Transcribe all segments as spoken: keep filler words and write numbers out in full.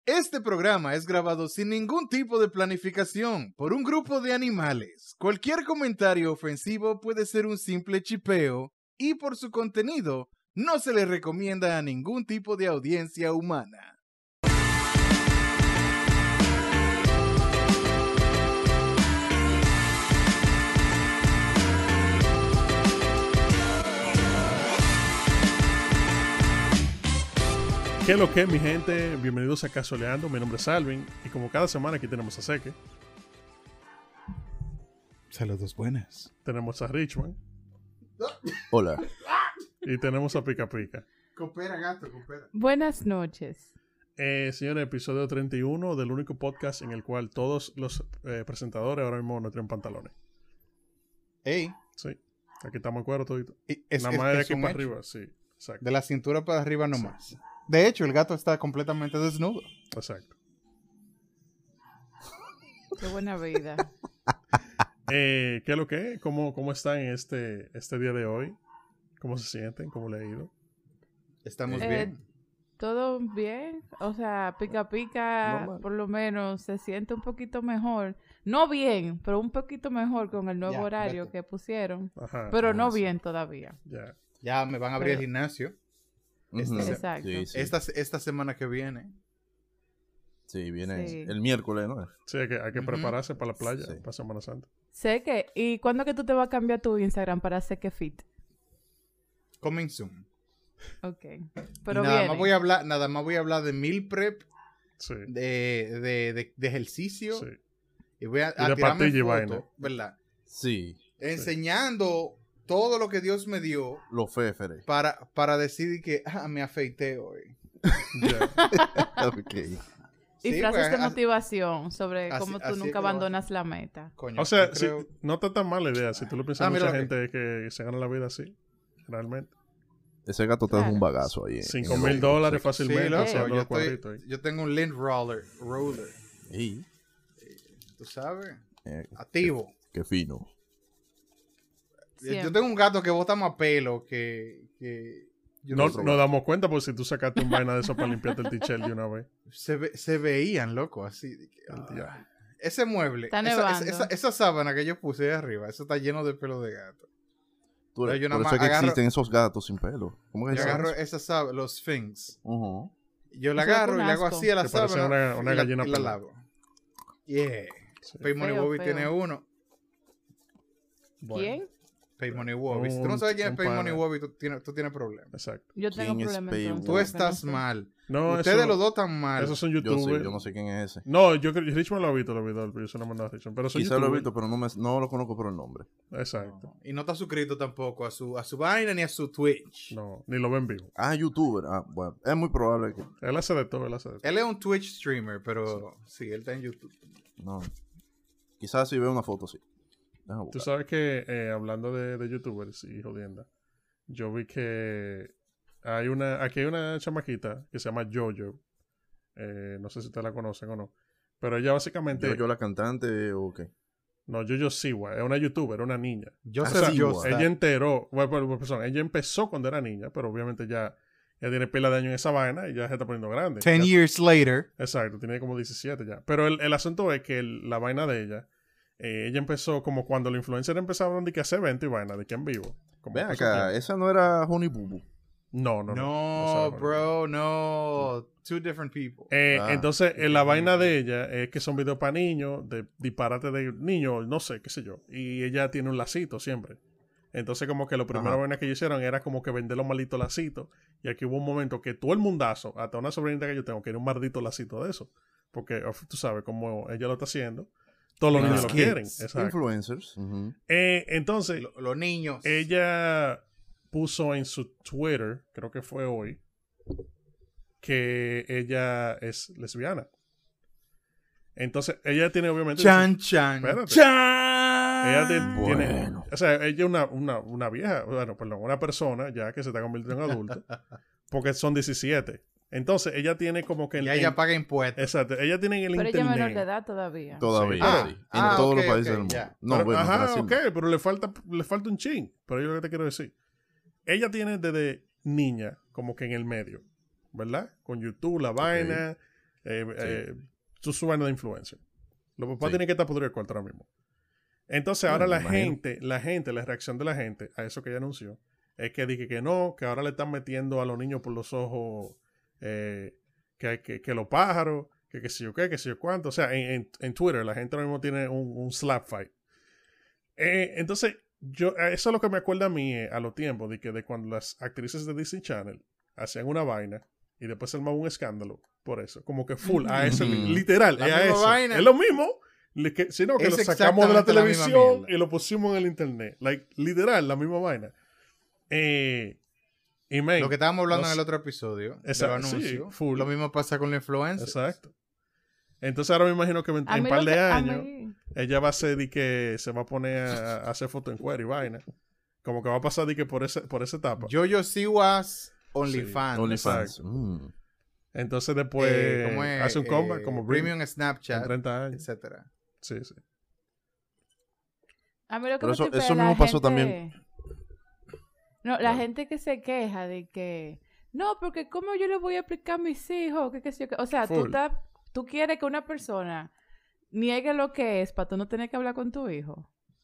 Este programa es grabado sin ningún tipo de planificación por un grupo de animales. Cualquier comentario ofensivo puede ser un simple chipeo y por su contenido no se le recomienda a ningún tipo de audiencia humana. ¿Qué es lo que, mi gente? Bienvenidos a Casoleando. Mi nombre es Alvin y como cada semana aquí tenemos a Seque. Saludos buenas. Tenemos a Richman. Hola. Y tenemos a Pica Pica. Coopera, gato, coopera. Buenas noches. Eh, señores, episodio treinta y uno del único podcast en el cual todos los eh, presentadores ahora mismo no tienen pantalones. Ey. Sí. Aquí estamos en cuero todito. Y es, Nada es- más de es aquí un para hecho. arriba, sí. Exacto. De la cintura para arriba nomás. De hecho, el gato está completamente desnudo. Exacto. Qué buena vida. Eh, ¿Qué es lo que? ¿Cómo, cómo están este, este día de hoy? ¿Cómo se sienten? ¿Cómo le ha ido? Estamos Eh, bien. ¿Todo bien? O sea, Pica Pica Normal. por lo menos se siente un poquito mejor. No bien, pero un poquito mejor con el nuevo Ya, horario vete. que pusieron. Ajá. Pero ah, no sí. bien todavía. Ya. Ya me van a abrir Pero- el gimnasio Ujú. Este- Exacto. Sí, sí. esta, esta semana que viene. Sí, viene Sí. el miércoles, ¿no? Sí, hay que, hay que Ujú. prepararse para la playa, Sí. para Semana Santa. Sé que. ¿Y cuándo que tú te vas a cambiar tu Instagram para Sé que Fit? Coming soon. Ok. Y Pero nada viene. más voy a hablar, nada más voy a hablar de meal prep, Sí. de, de, de, de ejercicio. Sí. Y voy a, Y a de tirarme patilla y foto, vaina. ¿verdad? Sí, Enseñando todo lo que Dios me dio los féferes. para, para decir que ah, me afeité hoy. Ya. Ok. Y Sí, frases pues, de así- motivación sobre así- cómo tú así es nunca que lo abandonas la meta. Coño, O sea, yo si- creo- no está tan mala idea. Si tú lo piensas, Ah, mira mucha lo que- gente que se gana la vida así, realmente. Ese gato te da Claro. un bagazo ahí. en- Cinco en mil el dólares hombro. Sí, fácilmente loco, haciendo yo, los estoy- cuadritos ahí. yo tengo un lint roller, roller, Sí. tú sabes, Eh, activo. qué fino. Yo Siempre. tengo un gato que bota más pelo que... que yo No, sé. nos damos cuenta porque si tú sacaste un vaina de eso para limpiarte el t-shirt de una vez. se, ve- se veían, loco, así. de que, El ah, diablo. ese mueble, Está esa, nevando. esa, esa sábana que yo puse ahí arriba, eso está lleno de pelo de gato. Tú, Pero yo por nada eso más es que agarro- existen esos gatos sin pelo. ¿Cómo que Yo se llama agarro eso? esa sábana, los Sphinx. Ujú. Yo la Eso da agarro y un le hago asco. así a la Que parece sábana una- una y la- gallina y la pelada. lavo. Yeah. Sí. Pay Money Feo, Bobby feo. tiene uno. Bueno, ¿Quién? Pay Money Bobby. Si tú no Un- sabes quién es un Pay Money pana. Bobby, tú tienes, tú tienes problemas. Exacto. Yo tengo ¿Quién es problemas Pay entonces, Tú Bueno, porque no estás sé. mal. No, Ustedes eso- los dos están mal. Esos son Yo youtubers. sé, yo no sé quién es ese. No, yo creo Richmond lo ha visto, los videos, pero yo se lo he mandado a Richmond. Pero son Quizá lo he youtubers. visto, pero no, me, no lo conozco por el nombre. Exacto. Y no está suscrito tampoco a su, a su vaina ni a su Twitch. No, ni lo ven vivo. Ah, youtuber. Ah, bueno. Es muy probable que... Él hace de todo, él hace de todo. Él es un Twitch streamer, pero sí, él está en YouTube. No. Quizás si veo una foto, sí. Déjame Tú buscar. sabes que, eh, hablando de, de youtubers y jodienda, yo vi que hay una, aquí hay una chamaquita que se llama Jojo. Eh, no sé si ustedes la conocen o no. Pero ella básicamente... ¿Yo, yo la cantante o qué? No, Jojo Siwa, es una youtuber, era una niña. Yo Ah, sé sí, yo. guau. Ella enteró, bueno, bueno, bueno, perdón, ella empezó cuando era niña, pero obviamente ya, ya tiene pila de años en esa vaina y ya se está poniendo grande. Ten Ya- years later. Exacto, tiene como diecisiete ya. Pero el, el asunto es que el- la vaina de ella, eh, ella empezó como cuando los influencers empezaron de que hacer eventos y vaina, de que en vivo. Como Ven cosas acá, que- esa no era Honey Boo Boo. No, no, no. No, Esa no, bro, no. Two different people. Eh, Ah. Entonces, eh, la vaina de ella es que son videos para niños, de disparate de niños, no sé, qué sé yo. Y ella tiene un lacito siempre. Entonces, como que lo primero Ajá. vaina que ellos hicieron era como que vender los malditos lacitos. Y aquí hubo un momento que todo el mundazo, hasta una sobrinita que yo tengo, quiere un maldito lacito de eso. Porque of- tú sabes cómo ella lo está haciendo. Todos los Los niños lo kids. quieren. Exacto. Influencers. Ujú. Eh, entonces, Lo- los niños. ella puso en su Twitter, creo que fue hoy, que ella es lesbiana. Entonces, ella tiene obviamente... Chan, chan. Espérate. Chan. Ella ti- tiene... Bueno. O sea, ella es una, una, una vieja, bueno, perdón, una persona ya que se está convirtiendo en adulto, porque son diecisiete. Entonces, ella tiene como que... en- Ya ella en- paga impuestos. Exacto, ella tiene en el Pero ella es internet... menor de edad todavía. Todavía, Ah, sí. En ah, todos ok, los países ok, del mundo. ya. No, Pero- bueno, ajá, Brasil. ok, pero le falta, le falta un chin. Pero yo lo que te quiero decir. Ella tiene desde niña, como que en el medio, ¿verdad? Con YouTube, la vaina, Eh, Sí. eh, su su vaina de influencer. Los papás Sí. tienen que estar podridos de cuarto ahora mismo. Entonces, Sí, ahora me la imagino. gente, la gente, la reacción de la gente a eso que ella anunció, es que dije que no, que ahora le están metiendo a los niños por los ojos eh, que, que, que los pájaros, que qué sé yo qué, que sé yo cuánto. O sea, en, en, en Twitter la gente ahora mismo tiene un, un slap fight. Eh, entonces, yo, eso es lo que me acuerda a mí eh, a los tiempos de que de cuando las actrices de Disney Channel hacían una vaina y después se armaba un escándalo por eso. Como que full, a eso, Ujú. literal, La es a misma eso. vaina. Es lo mismo, le- que, sino que Es lo sacamos de la exactamente la misma televisión mierda. y lo pusimos en el internet. Like, literal, la misma vaina. Eh, y man, Lo que estábamos hablando los- en el otro episodio, de Exacto, los sí, anuncios, full. lo mismo pasa con la influencer. exacto. Entonces ahora me imagino que en A en mí par lo de que- a años mí- ella va a ser de que se va a poner a, a hacer foto en cuero y vaina. Como que va a pasar de que por, ese, por esa etapa. Yo-Yo Siwas OnlyFans. OnlyFans. Exacto. Mm. Entonces después Eh, ¿cómo es? hace un comeback Eh, como Brim Premium en Snapchat, treinta años. etcétera. Sí, sí. A mí lo que Pero me eso- tripea eso es la mismo pasó gente- también. No, la Claro. gente que se queja de que no, porque cómo yo le voy a explicar a mis hijos, que qué sé yo qué. O sea, tú Full. estás, tú quieres que una persona niegue lo que es para tú no tener que hablar con tu hijo.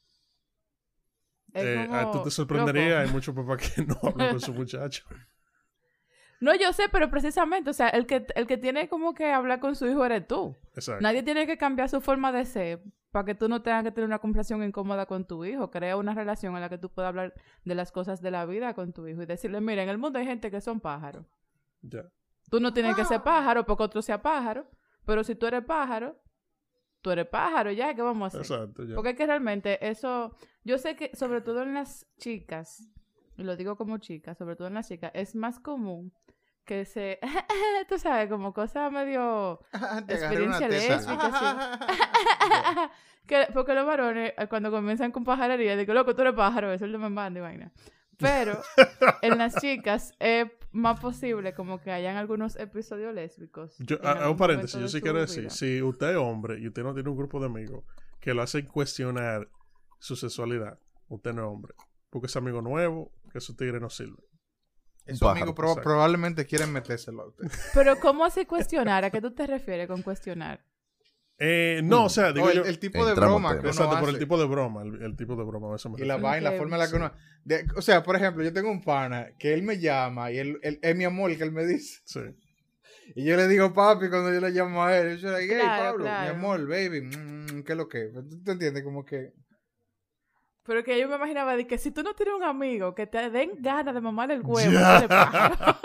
Es Eh, como, ah, tú te sorprenderías, loco. hay muchos papás que no hablan con su muchacho. No, yo sé, pero precisamente, o sea, el que el que tiene como que hablar con su hijo eres tú. Exacto. Nadie tiene que cambiar su forma de ser para que tú no tengas que tener una conversación incómoda con tu hijo. Crea una relación en la que tú puedas hablar de las cosas de la vida con tu hijo y decirle, mira, en el mundo hay gente que son pájaros. Ya. Tú no tienes que ser pájaro porque otro sea pájaro, pero si tú eres pájaro, tú eres pájaro, ya, ¿qué vamos a hacer? Exacto, ya. Porque es que realmente eso, yo sé que sobre todo en las chicas, y lo digo como chicas, sobre todo en las chicas, es más común que se, tú sabes, como cosa medio Te agarré una experiencia teta. lésbica, que, porque los varones eh, cuando comienzan con pajarería, digo, loco, tú eres pájaro, eso es lo me manda y vaina. Pero en las chicas es más posible como que hayan algunos episodios lésbicos. Yo, en a, a algún un paréntesis, momento yo de sí su quiero decir, vida. si usted es hombre y usted no tiene un grupo de amigos que lo hacen cuestionar su sexualidad, usted no es hombre. Porque es amigo nuevo, que su tigre no sirve. Esos pájaro, amigos proba- exacto. probablemente quieren metérselo a usted. Pero ¿cómo así cuestionar? ¿A qué tú te refieres con cuestionar? Eh, no, o sea, digo O el, yo... el tipo de Entramos broma al que tema. uno exacto, por el hace. tipo de broma, el, el tipo de broma, eso me Y la refiero. vaina, la Ok, forma en la que sí. uno... de- o sea, por ejemplo, yo tengo un pana que él me llama y él, él- es mi amor que él me dice. Sí. Y yo le digo papi cuando yo le llamo a él. Yo le digo, hey, Claro, Pablo, claro. mi amor, baby, mm, ¿qué es lo que? ¿Tú te entiendes? Como que... Pero que yo me imaginaba de que si tú no tienes un amigo que te den ganas de mamar el huevo, Ya. tú eres pájaro.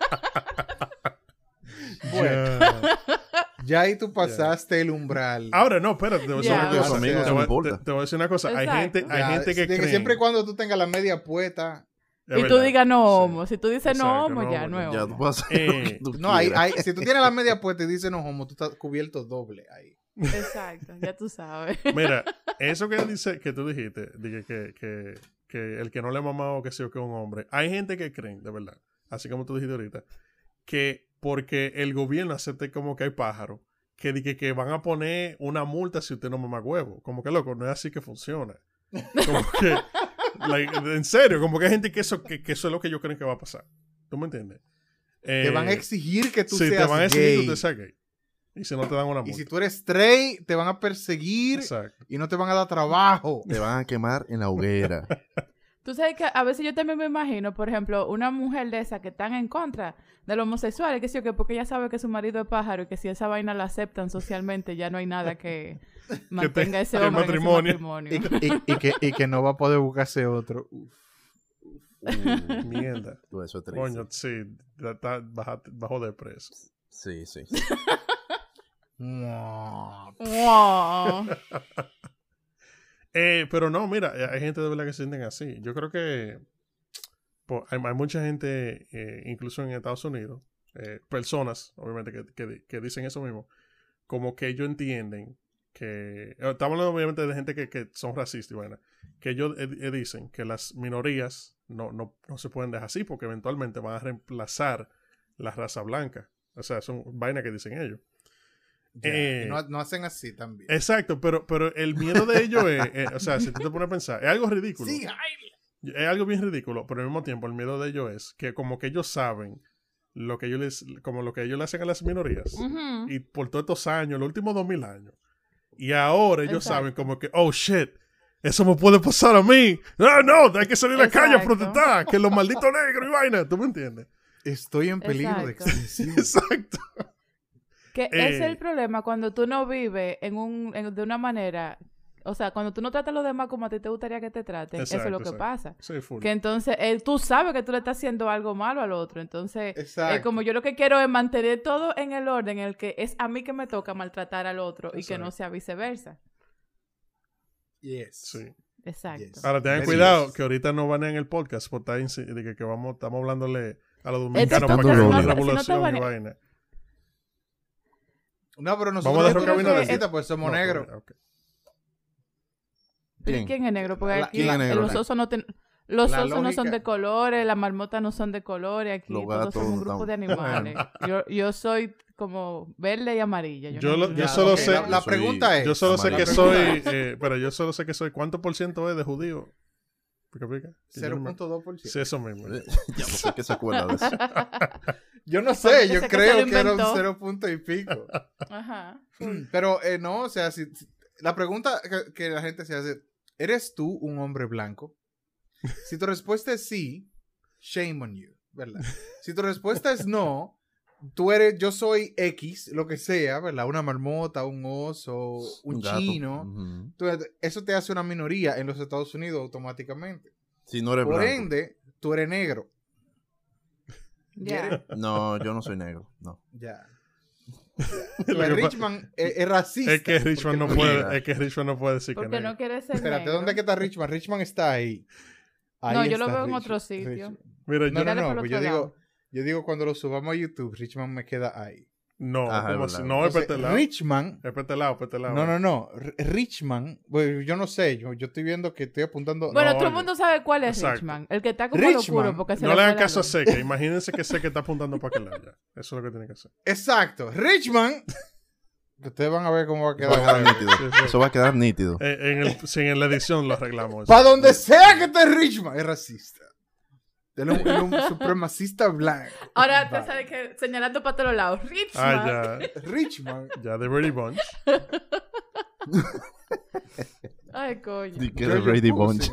Bueno, Ya. ya ahí tú pasaste el umbral. Ahora, no, espérate, te voy a decir Ya. una Los cosa. amigos, Te no voy- importa. te- te voy a decir una cosa. Hay Exacto. gente, hay Ya, gente que de cree... siempre y cuando tú tengas la media puesta. Y tú digas no homo. Si tú dices no Exacto, homo, no ya homo, no es Ya homo. tú puedes hacer lo Eh, que tú No, hay, quieras. hay, si tú tienes la media puesta y dices no homo, tú estás cubierto doble ahí. Exacto, ya tú sabes. Mira, eso que dice, que tú dijiste, de que, que, que, que el que no le ha mamado que sea que es un hombre, hay gente que creen, de verdad, así como tú dijiste ahorita, que porque el gobierno acepte como que hay pájaros, que, di que, que van a poner una multa si usted no mama huevo. Como que loco, no es así que funciona. Como que, like, en serio, como que hay gente que eso, que, que eso es lo que ellos creen que va a pasar. ¿Tú me entiendes? Te Eh, van a exigir que tú sí, seas te van a exigir gay. que usted sea gay. Y si no te dan una Y multa. si tú eres straight, te van a perseguir Exacto. y no te van a dar trabajo. Te van a quemar en la hoguera. Tú sabes que a veces yo también me imagino, por ejemplo, una mujer de esa que están en contra de los homosexuales, que sí o que porque ella sabe que su marido es pájaro y que si esa vaina la aceptan socialmente ya no hay nada que mantenga ese que hombre en ese matrimonio. matrimonio. Y, y- y que, y que no va a poder buscarse otro. Uf. Uh, Mierda. tú, eso es triste. Coño, sí, está baja- bajo de precio. Sí, sí. Mua. Wow. Eh, pero no, mira, eh, hay gente de verdad que se sienten así. Yo creo que po, hay, hay mucha gente, eh, incluso en Estados Unidos, eh, personas, obviamente, que, que, que dicen eso mismo, como que ellos entienden que... eh, Estamos hablando obviamente de gente que, que son racistas y bueno, que ellos eh, eh, dicen que las minorías no, no, no se pueden dejar así porque eventualmente van a reemplazar la raza blanca. O sea, son vainas que dicen ellos. Ya, Eh, y no, no hacen así también. Exacto, pero, pero el miedo de ellos es, eh, o sea, si tú te pones a pensar, es algo ridículo. Sí, ay, Es algo bien ridículo, pero al mismo tiempo el miedo de ellos es que como que ellos saben lo que ellos les, como lo que ellos le hacen a las minorías. Ujú. Y por todos estos años, los últimos dos mil años. Y ahora ellos Exacto. saben como que, oh shit, eso me puede pasar a mí. No, no, hay que salir a la calle a Exacto. protestar, que los malditos negros y vaina, ¿tú me entiendes? Estoy en peligro de Exacto. extinción. Exacto. Que Eh. es el problema cuando tú no vives en un, en- de una manera, o sea, cuando tú no tratas a los demás como a ti te gustaría que te traten, eso es Exacto, lo que exacto. pasa. Sí, full. Que entonces eh, tú sabes que tú le estás haciendo algo malo al otro, entonces Exacto. eh, como yo lo que quiero es mantener todo en el orden en el que es a mí que me toca maltratar al otro y que no Exacto. sea viceversa. Yes. Sí. Exacto. Yes. Ahora tengan Very cuidado yes. que ahorita no van en el podcast por estar insi- de que, que vamos, estamos hablándole a los dominicanos podcast para que no- no haya si no te revolución van- y vaina. No, pero Vamos nosotros a no derrocar tenemos Abinader. visita, pues somos No, negros. todavía, ok. ¿Pero ¿Quién? quién es negro? Porque La- aquí ¿quién es la- negro? los osos no ten- los La osos no son lógica- de colores, las marmotas no son de colores, aquí Los todos gatos somos un no grupo de estamos- animales. yo, yo soy como verde y amarilla. Yo no- lo- no- yo Ya, solo ok, sé- La, la yo soy- pregunta es... Yo solo sé que amarillo. soy, La pregunta eh, pero yo solo sé que soy, ¿cuánto por ciento es de judío? ¿Pica, pica? Que yo no cero me- punto dos por ciento. Sí, eso mismo. Ya no sé qué se acuerda de eso. Yo no Porque sé, yo sé que se creo lo que era un inventó. cero punto y pico. Ajá. Pero eh, no, o sea, si, si- la pregunta que, que la gente se hace, ¿eres tú un hombre blanco? Si tu respuesta es sí, shame on you, ¿verdad? Si tu respuesta es no, tú eres, yo soy X, lo que sea, ¿verdad? Una marmota, un oso, un, gato. chino. Ujú. Tú- eso te hace una minoría en los Estados Unidos automáticamente. Si no eres Por blanco. ende, tú eres negro. Ya. No, yo no soy negro. No. Ya. Lo Pues que pa- Richman es, es racista. Es que Richmond no porque puede, mira. es que Richmond no puede decir que Porque negro. no quiere ser Espérate, negro. ¿dónde es que está Richman? Richman está ahí. Ahí No, yo lo está veo en Rich- otro sitio. Richman. Mira, yo No, no, Dale no, por pues otro yo lado. digo, yo digo cuando lo subamos a YouTube, Richman me queda ahí. no, Ajá, ¿cómo es así? verdad. No, es para Entonces, este lado. Richman, Es para este lado, para este lado. no, no, no, R- Richman, pues, yo no sé, yo, yo estoy viendo que estoy apuntando. Bueno, No, todo el oye. mundo sabe cuál es Exacto. Richman. El que está como Richman. locuro porque se No le hagan fue la caso a luz. Seque. Imagínense que Seque está apuntando para aquel lado ya. Eso es lo que tiene que hacer. Exacto, Richman. Ustedes van a ver cómo va a Eso va a quedar. quedar nítido. Sí, sí. Eso va a quedar nítido. Eh, en, el, si en la edición lo arreglamos. eso. Para donde sea que esté Richman, es racista. Él es un, él es un supremacista blanco. Ahora te Vale. sale que señalando para todos lados. Richman. Ah, ya. Richman. Ya, The Brady Bunch. Ay, coño. Di que Yo- eres yo Brady puse. Bunch.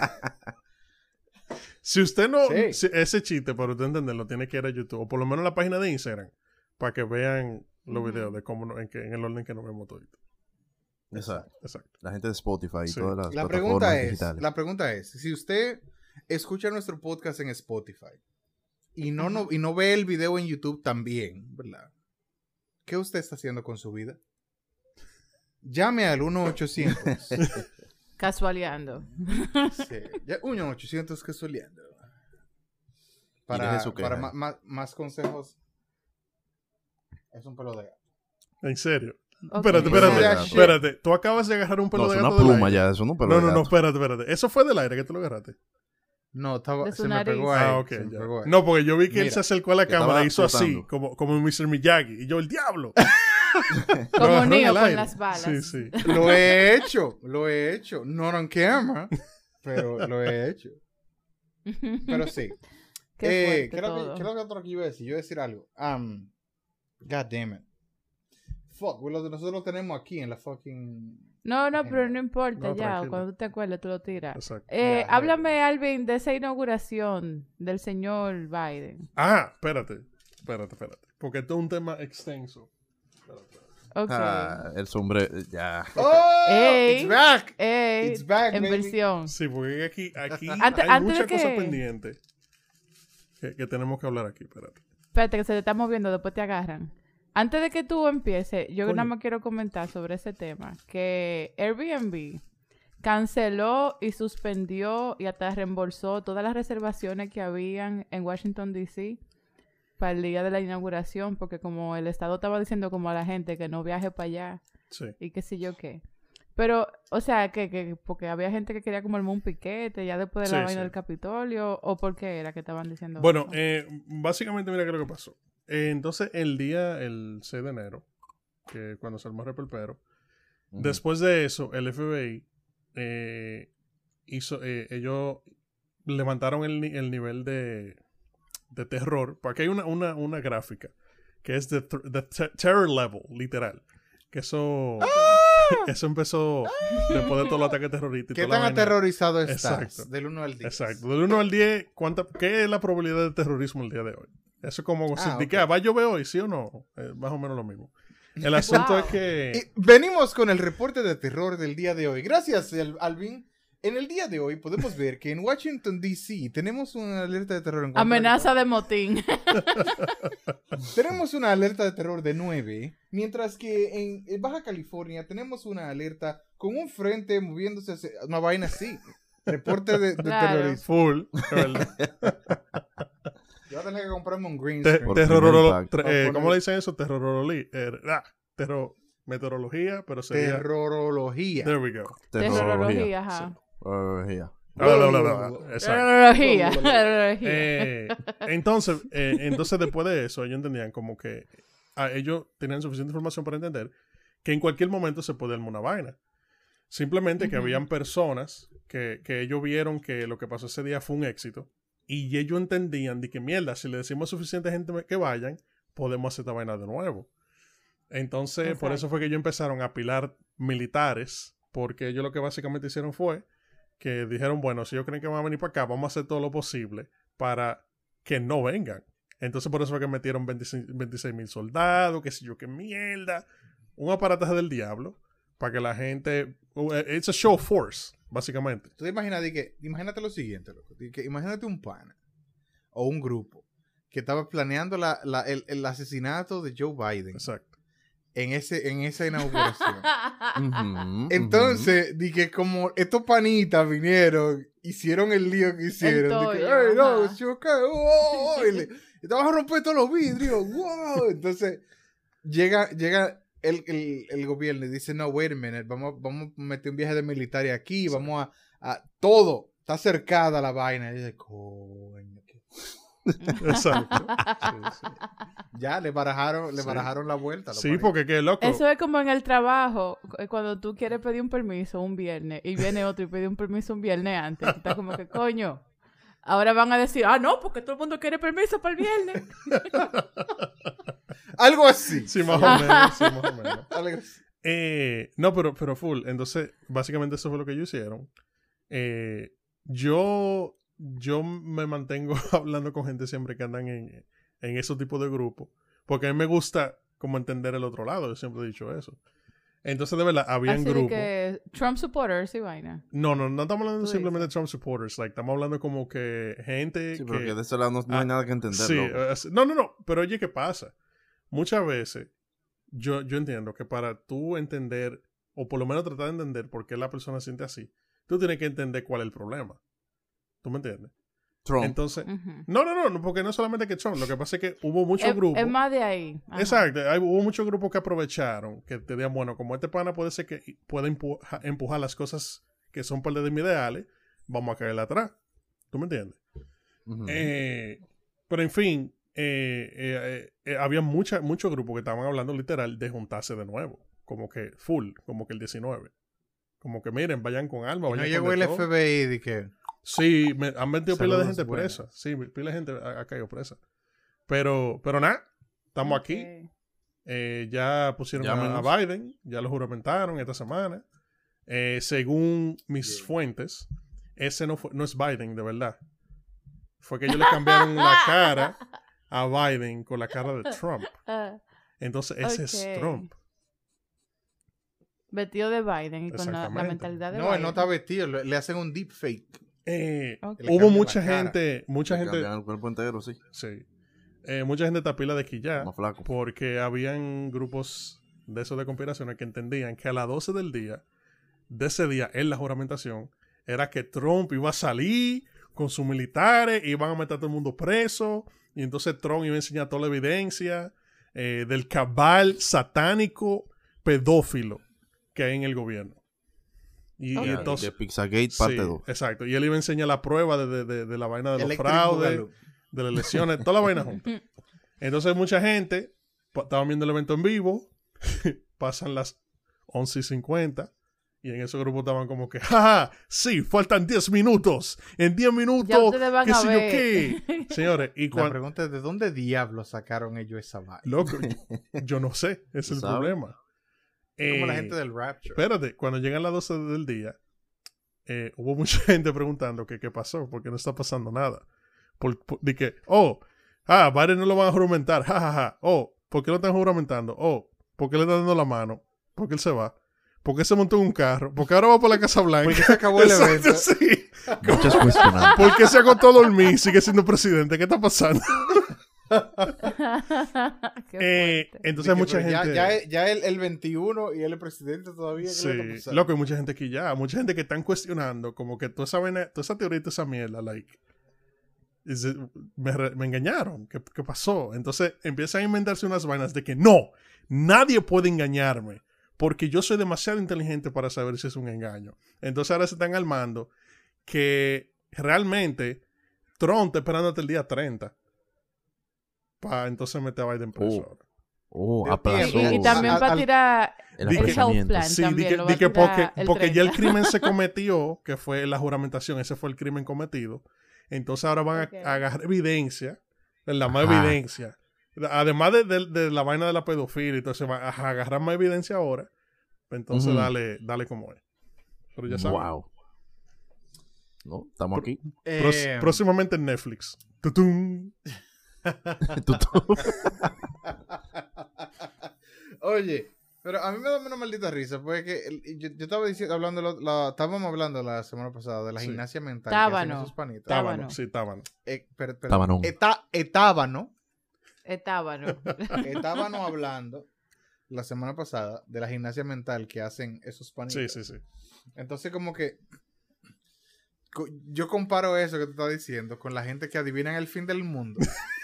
Si usted no... Sí. si- ese chiste, para usted entenderlo, tiene que ir a YouTube. O por lo menos la página de Instagram. Para que vean los Ujú. videos de cómo no- en, que, en el orden que nos vemos todos. Exacto. Exacto. La gente de Spotify y Sí. todas las La plataformas pregunta es, digitales. la pregunta es, si usted escucha nuestro podcast en Spotify y no, no, y no ve el video en YouTube también, ¿verdad? ¿Qué usted está haciendo con su vida? Llame al uno ochocientos. Casualeando. Sí, ya- uno ochocientos que soleando. Y Para, deje su queja para ahí. ma- ma- más consejos. Es un pelo de gato. En serio. Ok. Espérate, Sí, espérate. yeah, shit. Espérate. Tú acabas de agarrar un pelo No, de es gato una del pluma aire. ya, eso no es un pelo No, de no, no, gato. espérate, espérate. Eso fue del aire que tú lo agarraste. No, estaba, De su se me nariz. pegó ahí. Ah, ok. se me ya. pegó ahí. No, porque yo vi que él Mira, se acercó a la que cámara estaba y hizo así, flotando. como, como mister Miyagi. Y yo, el diablo. Lo Como agarró en Neo el con aire. las balas. Sí, sí. Lo he hecho, lo he hecho. No on camera, pero lo he hecho. Pero sí. Qué Eh, fuerte ¿qué es lo que- todo. qué es lo que otro que iba a decir? Yo iba a decir algo. Um, God damn it. Fuck, well, lo- nosotros lo tenemos aquí en la fucking... No, no, pero no importa No, ya. tranquilo. Cuando tú te acuerdes, tú lo tiras. Exacto. Eh, Ya, ya. háblame, Alvin, de esa inauguración del señor Biden. Ah, espérate. Espérate, espérate. Porque esto es un tema extenso. Ok. Ah, el sombrero, ya. ¡Oh! Ey. It's back. Ey, It's back, en baby. versión. Sí, porque aquí, aquí Antes- hay antes de muchas que- cosas pendientes que, que tenemos que hablar aquí. Espérate. Espérate, que se te está moviendo, después te agarran. Antes de que tú empieces, yo Coño. nada más quiero comentar sobre ese tema. Que Airbnb canceló y suspendió y hasta reembolsó todas las reservaciones que habían en Washington, D C para el día de la inauguración, porque como el Estado estaba diciendo como a la gente que no viaje para allá Sí. y qué sé yo qué. Pero, o sea, que, que porque había gente que quería como armar un piquete ya después de la Sí, vaina sí. del Capitolio, o por qué era que estaban diciendo Bueno, eso? eh, básicamente mira qué es lo que pasó. Eh, entonces, el día, el seis de enero, que cuando se armó el repelpero, Ujú. después de eso, el F B I eh, hizo, eh, ellos levantaron el, ni- el nivel de, de terror, porque hay una, una, una gráfica que es de, de ter terror level, literal. Que eso, ¡ah! Eso empezó después de todos los ataques terroristas. ¿Qué tan aterrorizado estás? Exacto. Del uno al diez. Exacto. Del uno al diez, ¿cuánta, ¿qué es la probabilidad de terrorismo el día de hoy? Eso es como ah, si okay. ¿va a llover hoy? ¿Sí o no? Eh, más o menos lo mismo. El asunto wow. es que... Y venimos con el reporte de terror del día de hoy. Gracias, Alvin. En el día de hoy podemos ver que en Washington, D C tenemos una alerta de terror en contra Amenaza de motín. Tenemos una alerta de terror de nueve, mientras que en, en Baja California tenemos una alerta con un frente moviéndose hacia una vaina así. Reporte de, de Claro. terrorismo. Full, es verdad. Yo voy a tener que comprarme un green Te- screen. terrorolo- impacto. tre- eh, Por ¿Cómo poner- le dicen eso? Terrorología. Eh, ah, terror, meteorología, pero sería... Terrorología. There we go. Terrorología, ajá. Terrorología. Bla, bla, bla, bla, bla. Exacto. Terrorología. Terrorología. Eh, entonces, eh, entonces, después de eso, ellos entendían como que ah, ellos tenían suficiente información para entender que en cualquier momento se podía armar una vaina. Simplemente que Ujú. habían personas que, que ellos vieron que lo que pasó ese día fue un éxito y ellos entendían de que mierda, si le decimos a suficiente gente que vayan, podemos hacer esta vaina de nuevo. Entonces, por Exacto. eso fue que ellos empezaron a apilar militares, porque ellos lo que básicamente hicieron fue que dijeron, bueno, si ellos creen que van a venir para acá, vamos a hacer todo lo posible para que no vengan. Entonces, por eso fue que metieron veintiséis mil soldados, qué sé yo, qué mierda. Un aparataje del diablo para que la gente... It's a show of force, básicamente. Tú te imaginas, de que, imagínate lo siguiente, loco. de que imagínate un pana o un grupo que estaba planeando la, la, el, el asesinato de Joe Biden Exacto. en, ese, en esa inauguración. Ujú, Entonces, di que como estos panitas vinieron, hicieron el lío que hicieron. Di que, tollo, "Ey, no, ajá. choca, oh", y le- y te vas a romper todos los vidrios, wow. Entonces, llega, llega el, el, el gobierno y dice, no, wait a minute, vamos, vamos a meter un viaje de militares aquí, vamos a, a todo, está cercada la vaina. Y dice, coño, qué-". Exacto. Sí, sí. Ya le barajaron, le Sí. barajaron la vuelta. los Sí, panitas. porque qué loco. Eso es como en el trabajo, cu- cuando tú quieres pedir un permiso un viernes y viene otro y pide un permiso un viernes antes. Está como que, coño, ahora van a decir, ah, no, porque todo el mundo quiere permiso para el viernes. Algo así. Sí, más o menos. Sí, más o menos. Algo así. Eh, no, pero, pero full. Entonces, básicamente eso fue lo que ellos hicieron. Eh, yo, yo me mantengo hablando con gente siempre que andan en, en esos tipos de grupos. Porque a mí me gusta como entender el otro lado. Yo siempre he dicho eso. Entonces, de verdad, habían Así de grupos. que Trump supporters y vaina. No, no, no estamos hablando Tú simplemente dices. de Trump supporters. Like, estamos hablando como que gente Sí, que... pero que de ese lado no, no hay Ah, nada que entender. Sí, loco. eh, no, no, no, pero oye, ¿qué pasa? Muchas veces yo, yo entiendo que para tú entender, o por lo menos tratar de entender por qué la persona siente así, tú tienes que entender cuál es el problema. ¿Tú me entiendes? Trump. Entonces, Ujú. no, no, no, no, porque no solamente que Trump, lo que pasa es que hubo muchos Es, grupos. es más de ahí. Ajá. Exacto, hay, hubo muchos grupos que aprovecharon, que te digan, bueno, como este pana puede ser que pueda empuja- empujar las cosas que son parte de mis ideales, vamos a caerle atrás. ¿Tú me entiendes? Ujú. Eh, pero en fin, eh, eh, eh, había mucha, muchos grupos que estaban hablando literal de juntarse de nuevo. Como que full, como que el diecinueve. Como que miren, vayan con alma. Y no Vayan llegó con de el todo. F B I de que... Sí, me, han metido pila de Saludos, gente buenas. presa. Sí, pila de gente ha, ha caído presa. Pero, pero nada, estamos aquí. Ok. Eh, ya pusieron a, Llámenos. a Biden, ya lo juramentaron esta semana. Eh, según mis Bien. fuentes, ese no, fue, no es Biden, de verdad. Fue que ellos le cambiaron la cara a Biden con la cara de Trump. Ah, Entonces, ese Ok. es Trump. vestido de Biden y con la, la Exactamente. mentalidad de No, Biden. él no está vestido, le, le hacen un deep fake. Eh, Ok. Le hubo cambian mucha la cara. gente, mucha Le gente, cambian el cuerpo entero, sí. sí. Eh, mucha gente tapila de aquí ya. Más flaco. Porque habían grupos de esos de conspiraciones que entendían que a las doce del día, de ese día, en la juramentación, era que Trump iba a salir con sus militares, iban a meter a todo el mundo preso, y entonces Trump iba a enseñar toda la evidencia eh, del cabal satánico pedófilo que hay en el gobierno. Y, Ok. y De entonces... Pizzagate sí, parte dos. exacto. Y él iba a enseñar la prueba de, de- de- de la vaina de los Electric fraudes, Boogaloo. de las elecciones, toda la vaina junta. Entonces mucha gente pa- estaban viendo el evento en vivo, pasan las once y cincuenta Y en ese grupo estaban como que, jaja, sí, faltan diez minutos. En diez minutos, Ya ustedes van qué a sé yo ver. qué. Señores, y La cuando... pregunta es, ¿de dónde diablos sacaron ellos esa vaina? Loco, yo, yo no sé, ese es el ¿Sabe? problema. Como la Eh, gente del Rapture. Espérate, cuando llegan las doce del día, eh, hubo mucha gente preguntando que qué pasó, porque no está pasando nada. Por, por- de que, oh, ah, Biden no lo van a juramentar, jajaja. Ja, ja. Oh, ¿por qué lo están juramentando? Oh, ¿por qué le están dando la mano? ¿Por qué él se va? ¿Por qué se montó en un carro? ¿Por qué ahora va por la Casa Blanca? Porque se acabó el Exacto, evento. sí. Muchas cuestionantes. ¿Por qué se acostó a dormir y sigue siendo presidente? ¿Qué está pasando? Qué Eh, fuerte. entonces hay Dije, mucha pero ya- gente... Ya, ya el, el veintiuno y él es presidente todavía. ¿qué Sí, le está pasando? loco, hay mucha gente aquí ya, mucha gente que están cuestionando como que toda esa, vaina- toda esa teoría y toda esa mierda, like, is it- me, re- me engañaron, ¿Qué, ¿qué pasó? Entonces empiezan a inventarse unas vainas de que no, nadie puede engañarme, porque yo soy demasiado inteligente para saber si es un engaño. Entonces ahora se están armando que realmente Trump está esperando hasta el día treinta para entonces meter a Biden preso. Oh. ahora. Oh, De aplazó Y, y- y también Al- para al- tirar el Di que- el health aplazamiento. plan Sí, di también que, lo va di a que tirar porque, el porque ya el treinta. crimen se cometió, que fue la juramentación, ese fue el crimen cometido. Entonces ahora van a- Ok. a, agarrar evidencia, la más Ajá. evidencia. Además de, de- de la vaina de la pedofilia, entonces van a agarrar más evidencia ahora. Entonces Ujú. dale, dale como es. Pero ya saben. Wow. No, estamos aquí. Pros- Eh, próximamente en Netflix. Tutum. Tú- tú- Oye, pero a mí me da una maldita risa, porque el- yo, yo estaba diciendo, hablando, lo- la, estábamos hablando la semana pasada de la Sí. gimnasia mental que hacen Tábano. esos panitas. Tábano, Tábano. sí, tábano. Eh, per- perdón. Tábano. Eta- etábano, Etábano. estábamos hablando la semana pasada de la gimnasia mental que hacen esos panitas. Sí, sí, sí. Entonces, como que co- yo comparo eso que tú estás diciendo con la gente que adivinan el fin del mundo.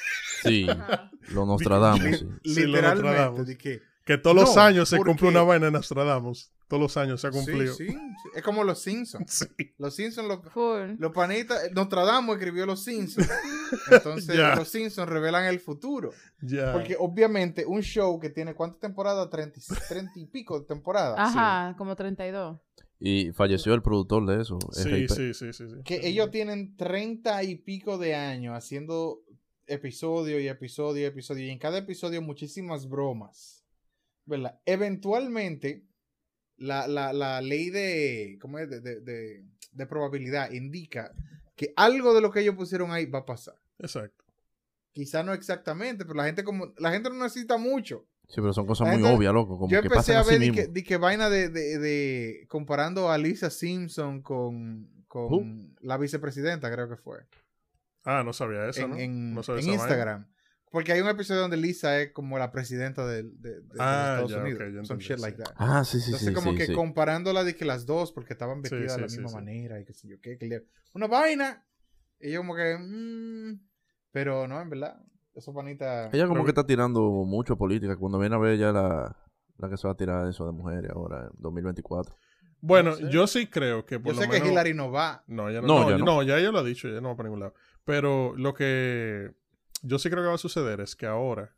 Sí, lo Nostradamus. Li- Sí. Sí, lo literalmente, Nostradamus. de que Que todos los No, años se porque- cumple una vaina en Nostradamus. Todos los años se ha sí, cumplido. sí, sí, es como los Simpsons. Sí. Los Simpsons, los, Full. los panitas, Nostradamus escribió los Simpsons. Entonces, Ya. los Simpsons revelan el futuro. Ya. Porque obviamente un show que tiene ¿cuántas temporadas? treinta, y- treinta y pico de temporadas. Ajá, como treinta y dos. Y falleció el productor de eso. Sí, R I P. sí, sí, sí, sí. Que ellos tienen treinta y pico de años haciendo episodio y episodio y episodio. Y en cada episodio muchísimas bromas. ¿Verdad? Eventualmente, la, la, la ley de, ¿cómo es? De, de, de, de probabilidad indica que algo de lo que ellos pusieron ahí va a pasar. Exacto. Quizá no exactamente, pero la gente como la gente no necesita mucho. Sí, pero son cosas La muy gente- obvias, loco. Como Yo que empecé pasan a así ver de mismo. que, de que vaina de, de, de comparando a Lisa Simpson con, con Uh. la vicepresidenta, creo que fue. Ah, no sabía eso, en, ¿no? en- No sabía en esa vaina. Instagram. Porque hay un episodio donde Lisa es como la presidenta de, de- de- de Ah, los Estados ya, Unidos. ok, ya Some entendí, shit sí. like that. Ah, sí, sí, Entonces, sí. como sí, que sí. comparándola de que las dos, porque estaban Sí, vestidas de la sí, sí, misma sí. manera y qué sé yo qué. Que le- una vaina. Y yo, como que. mm, pero no, en verdad. Eso panita. Ella como Pero- que está tirando mucho política. Cuando viene a ver ya la, la que se va a tirar eso de mujeres ahora, en dos mil veinticuatro. Bueno, No sé. yo sí creo que por Yo lo sé menos... que Hillary no va. No, ya no, No, no, ya no, no. ya ella lo ha dicho, ya no va para ningún lado. Pero lo que yo sí creo que va a suceder es que ahora...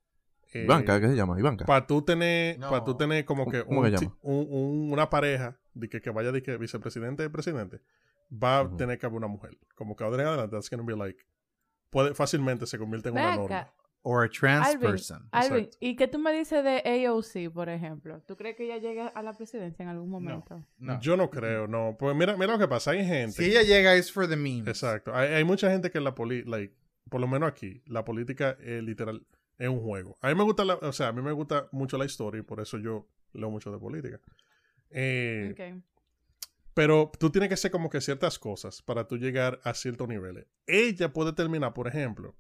eh, Ivanka, ¿qué se llama? Ivanka. Para tú tener, No. para tú tener como que ¿Cómo un, que ti- llama? un- un- una pareja de que, que vaya de que vicepresidente y presidente, va a Ujú. tener que haber una mujer. Como que ahora en adelante, that's gonna be like... Puede, fácilmente se convierte en una Ven norma. acá, Or a trans Alvin, person. Alvin, Exacto. ¿y qué tú me dices de A O C, por ejemplo? ¿Tú crees que ella llegue a la presidencia en algún momento? No. Yo no creo, no. Pues mira, mira lo que pasa. Hay gente... Si ella llega es for the memes. Exacto. Hay, hay mucha gente que la política, like, por lo menos aquí, la política eh, literal es un juego. A mí me gusta, la, o sea, a mí me gusta mucho la historia y por eso yo leo mucho de política. Eh, Ok. Pero tú tienes que hacer como que ciertas cosas para tú llegar a ciertos niveles. Ella puede terminar, por ejemplo,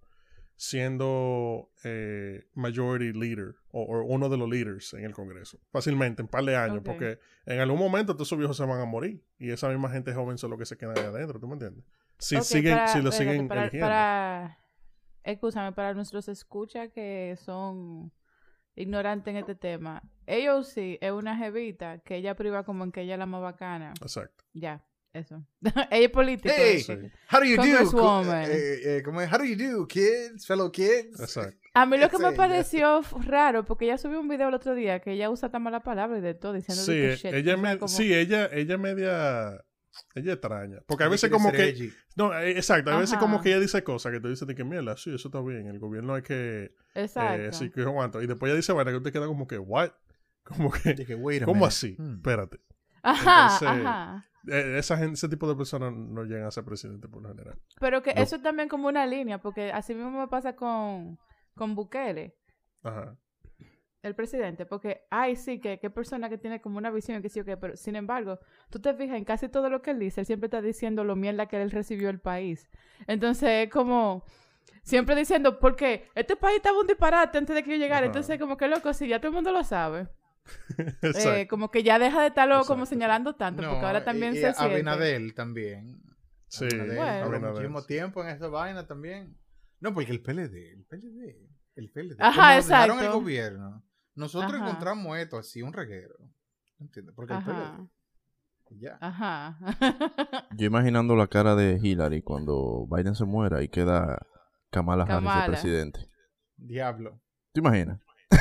siendo eh, majority leader o, o uno de los leaders en el Congreso. Fácilmente, en un par de años. Ok. Porque en algún momento todos esos viejos se van a morir. Y esa misma gente joven son los que se quedan ahí adentro. ¿Tú me entiendes? Si, Ok, siguen, para- si lo espérate, siguen para, eligiendo. para- Escúchame, para nuestros escuchas que son ignorantes en este tema. A O C es una jevita que ella priva como en que ella es la más bacana. Exacto. Ya, eso. Ella es política. Hey, Sí. how do you do? Congresswoman. Eh, eh, ¿cómo es? How do you do, kids? Fellow kids. Exacto. A mí lo que Es me ella. pareció f- raro, porque ella subió un video el otro día que ella usa tan mala palabra y de todo, diciendo Sí, de que shit. ella o sea, me, como- sí, ella, ella media, ella extraña. Porque a Ella veces quiere como ser que, edgy. no, eh, exacto, a veces Ajá. como que ella dice cosas que te dicen de que mierda, sí, eso está bien, el gobierno hay que, Exacto. eh, sí, que aguanto. Y después ella dice, bueno, que te queda como que, what? Como que, Dije, wait a ¿cómo minute. así? Hmm. Espérate. Ajá, Entonces, ajá. Eh, esa gente, ese tipo de personas no llegan a ser presidente por lo general. Pero que No. eso es también como una línea, porque así mismo me pasa con, con Bukele, Ajá. el presidente, porque, ay, sí, que qué persona que tiene como una visión, que sí o qué, pero sin embargo, tú te fijas en casi todo lo que él dice, él siempre está diciendo lo mierda que él recibió el país. Entonces, es como, siempre diciendo, porque este país estaba un disparate antes de que yo llegara, Ajá. entonces como que loco, si ya todo el mundo lo sabe, Exacto. eh, como que ya deja de estarlo como Exacto. señalando tanto, No, porque ahora también y, y se siente. Abinadel también. Sí, Abinadel Bueno. duró Abinadel, muchísimo sí. tiempo en esa vaina también. No, porque el P L D, el P L D, el P L D. Ajá, Como nos dejaron exacto. el gobierno, nosotros Ajá. encontramos esto así, un reguero. ¿Entiendes? Porque el Ajá, P L D. Ya. ajá. Yo imaginando la cara de Hillary cuando Biden se muera y queda Kamala, Harris Kamala. de presidente. Diablo. ¿Te imaginas?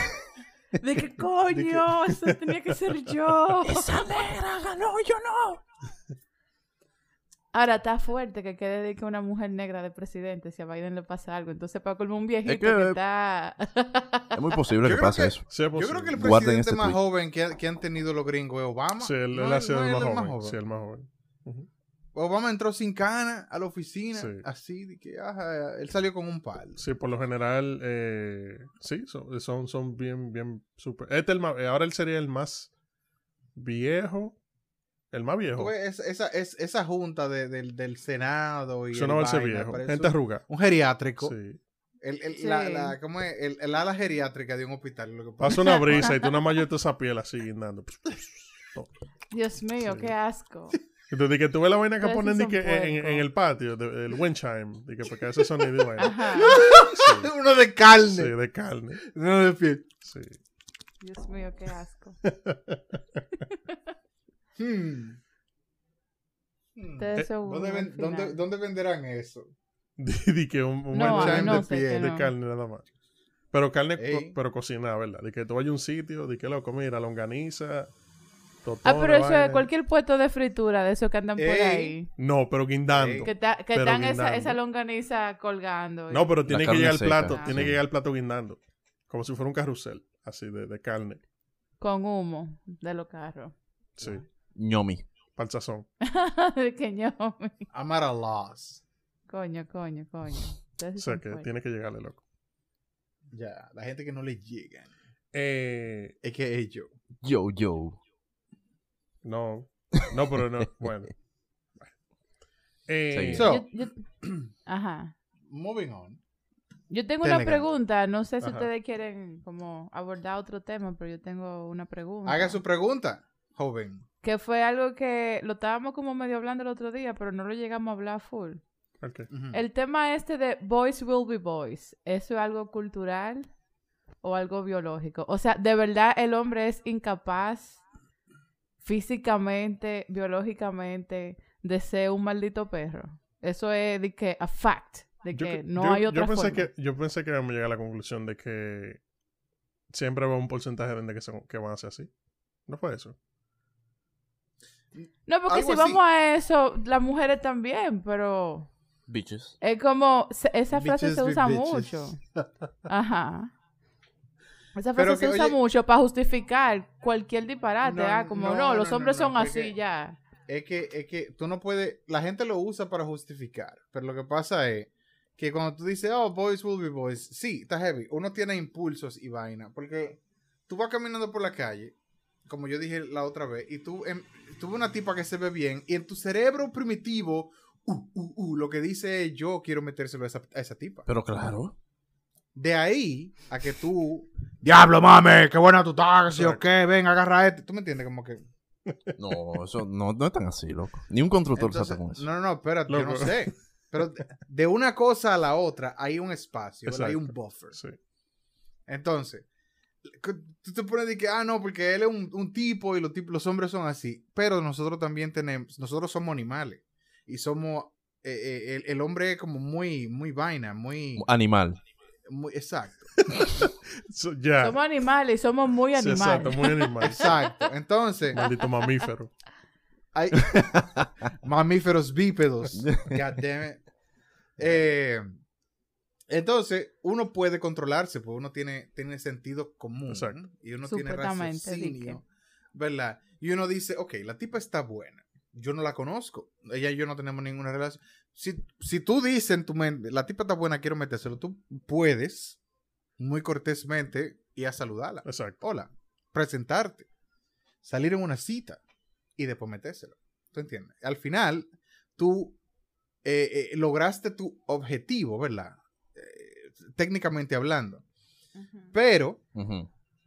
De que coño, eso tenía que ser yo. ¡Esa negra ganó, yo no! Ahora está fuerte que quede de que una mujer negra de presidente si a Biden le pasa algo. Entonces, para colmo un viejito Es que... que- está. Es muy posible Yo que creo pase que- eso. Sí, es Yo creo posible. que el Guarden presidente ese más tweet. joven que, ha- que han tenido los gringos es Obama. Sí, él, No, él ha sido no, el más él es joven. más joven. Sí, el más joven. Ujú. Obama entró sin cana a la oficina, Sí. así, de que ajá, él salió con un palo. Sí, por lo general, eh, sí, son, son, son bien, bien super. Este el más, eh, ahora él sería el más viejo, el más Tú viejo. ves esa, esa, es- esa junta de- del, del Senado y Eso el no va a ser vaina, viejo. parece Gente un, arruga. un geriátrico. Sí. El, el, Sí. la, la, ¿cómo es? El, el ala geriátrica de un hospital. Lo que pasa. Pasa una brisa y tú nada más oyes toda esa piel así guindando. Dios mío, Sí. qué asco. Entonces, de que tú ves la vaina que Ustedes sí ponen de son que en, puercos. en el patio, de- el wind chime, de que porque ese sonido y vaina. Ajá. Sí, Uno de carne. sí, de carne. Uno de piel. Sí. Dios mío, qué asco. Hmm. Hmm. Ustedes son ¿Dónde, un ven- al dónde- final. dónde venderán eso? De, de que un, un No, wind a mí chime no de, sé que piel. de no. carne nada más. Pero carne, Ey. co- pero cocinada, ¿verdad? De que tú vayas a un sitio, de que lo mira, longaniza, totón, Ah, pero eso vaina. es cualquier puesto de fritura de esos que andan por Ey. ahí. No, pero guindando. Ey. Que, ta- que Pero están esa, guindando. esa longaniza colgando. y- No, pero tiene que carne llegar el seca. plato, Ah. tiene que Sí. llegar el plato guindando. Como si fuera un carrusel, así de, de carne. Con humo de los carros. Sí, ñomi. para el sazón. De que ñomi. I'm at a loss. Coño, coño, coño. Ustedes O sí sea son que fuertes. tiene que llegarle, loco. Ya, la gente que no le llegan. Eh, Es que es yo. Yo, yo. no, no, pero no, bueno. Eh, Seguimos. So, Yo- yo- Ajá. moving on. Yo tengo Tenle una ganas. pregunta. No sé si Ajá. ustedes quieren como abordar otro tema, pero yo tengo una pregunta. Haga su pregunta, joven. Que fue algo que lo estábamos como medio hablando el otro día, pero no lo llegamos a hablar full. ok. Ujú. El tema este de boys will be boys, ¿eso es algo cultural o algo biológico? O sea, ¿de verdad el hombre es incapaz físicamente, biológicamente, de ser un maldito perro? Eso es de que a fact, de Yo que que- no yo- hay otra yo pensé forma. que Yo pensé que íbamos a llegar a la conclusión de que siempre va un porcentaje de gente que, se- que van a ser así. ¿No fue eso? No, porque Algo si así. vamos a eso, las mujeres también, pero Bitches. es como, se- esa frase Bitches se be usa bitches. mucho. Ajá. Esa Pero frase se que, usa oye- mucho para justificar cualquier disparate. No, ah, como no, no, no, los no, hombres no, son porque- así ya. Es que, es que tú no puedes, la gente lo usa para justificar, pero lo que pasa es que cuando tú dices, oh, boys will be boys, sí, está heavy, uno tiene impulsos y vaina, porque tú vas caminando por la calle, como yo dije la otra vez, y tú, em, tú ves una tipa que se ve bien, y en tu cerebro primitivo, uh, uh, uh, lo que dice es, yo quiero metérselo a esa, a esa tipa. Pero claro. De ahí a que tú, diablo, mame, qué buena tú estás, sí o qué, ven, agarra a este, tú me entiendes, como que... No, eso no, no es tan así, loco. Ni un constructor Entonces, salta con eso. no, no, no, espérate, yo no Loco. sé. Pero de- de una cosa a la otra hay un espacio, ¿verdad? Hay un Exacto. buffer. Sí. Entonces, cu- tú te pones de que, ah, no, porque él es un, un tipo y los, tipos, los hombres son así. Pero nosotros también tenemos, nosotros somos animales. Y somos, eh, eh, el, el hombre es como muy, muy vaina, muy, Animal. muy, exacto. So, ya. Somos animales, somos muy Sí, animales. exacto, muy animal. Exacto. Entonces, Maldito mamífero. hay mamíferos bípedos. God damn it. Eh, entonces, uno puede controlarse, porque uno tiene, tiene sentido común. Exacto. Y uno tiene Supuestamente, raciocinio. ¿Verdad? Y uno dice, ok, la tipa está buena. Yo no la conozco. Ella y yo no tenemos ninguna relación. Si, si tú dices en tu mente, la tipa está buena, quiero metérselo, tú puedes, muy cortésmente, ir a saludarla. Exacto. Hola. Presentarte. Salir en una cita. Y después metérselo. ¿Tú entiendes? Al final, tú eh, eh, lograste tu objetivo, ¿verdad? Eh, técnicamente hablando. Ujú. Pero Ujú.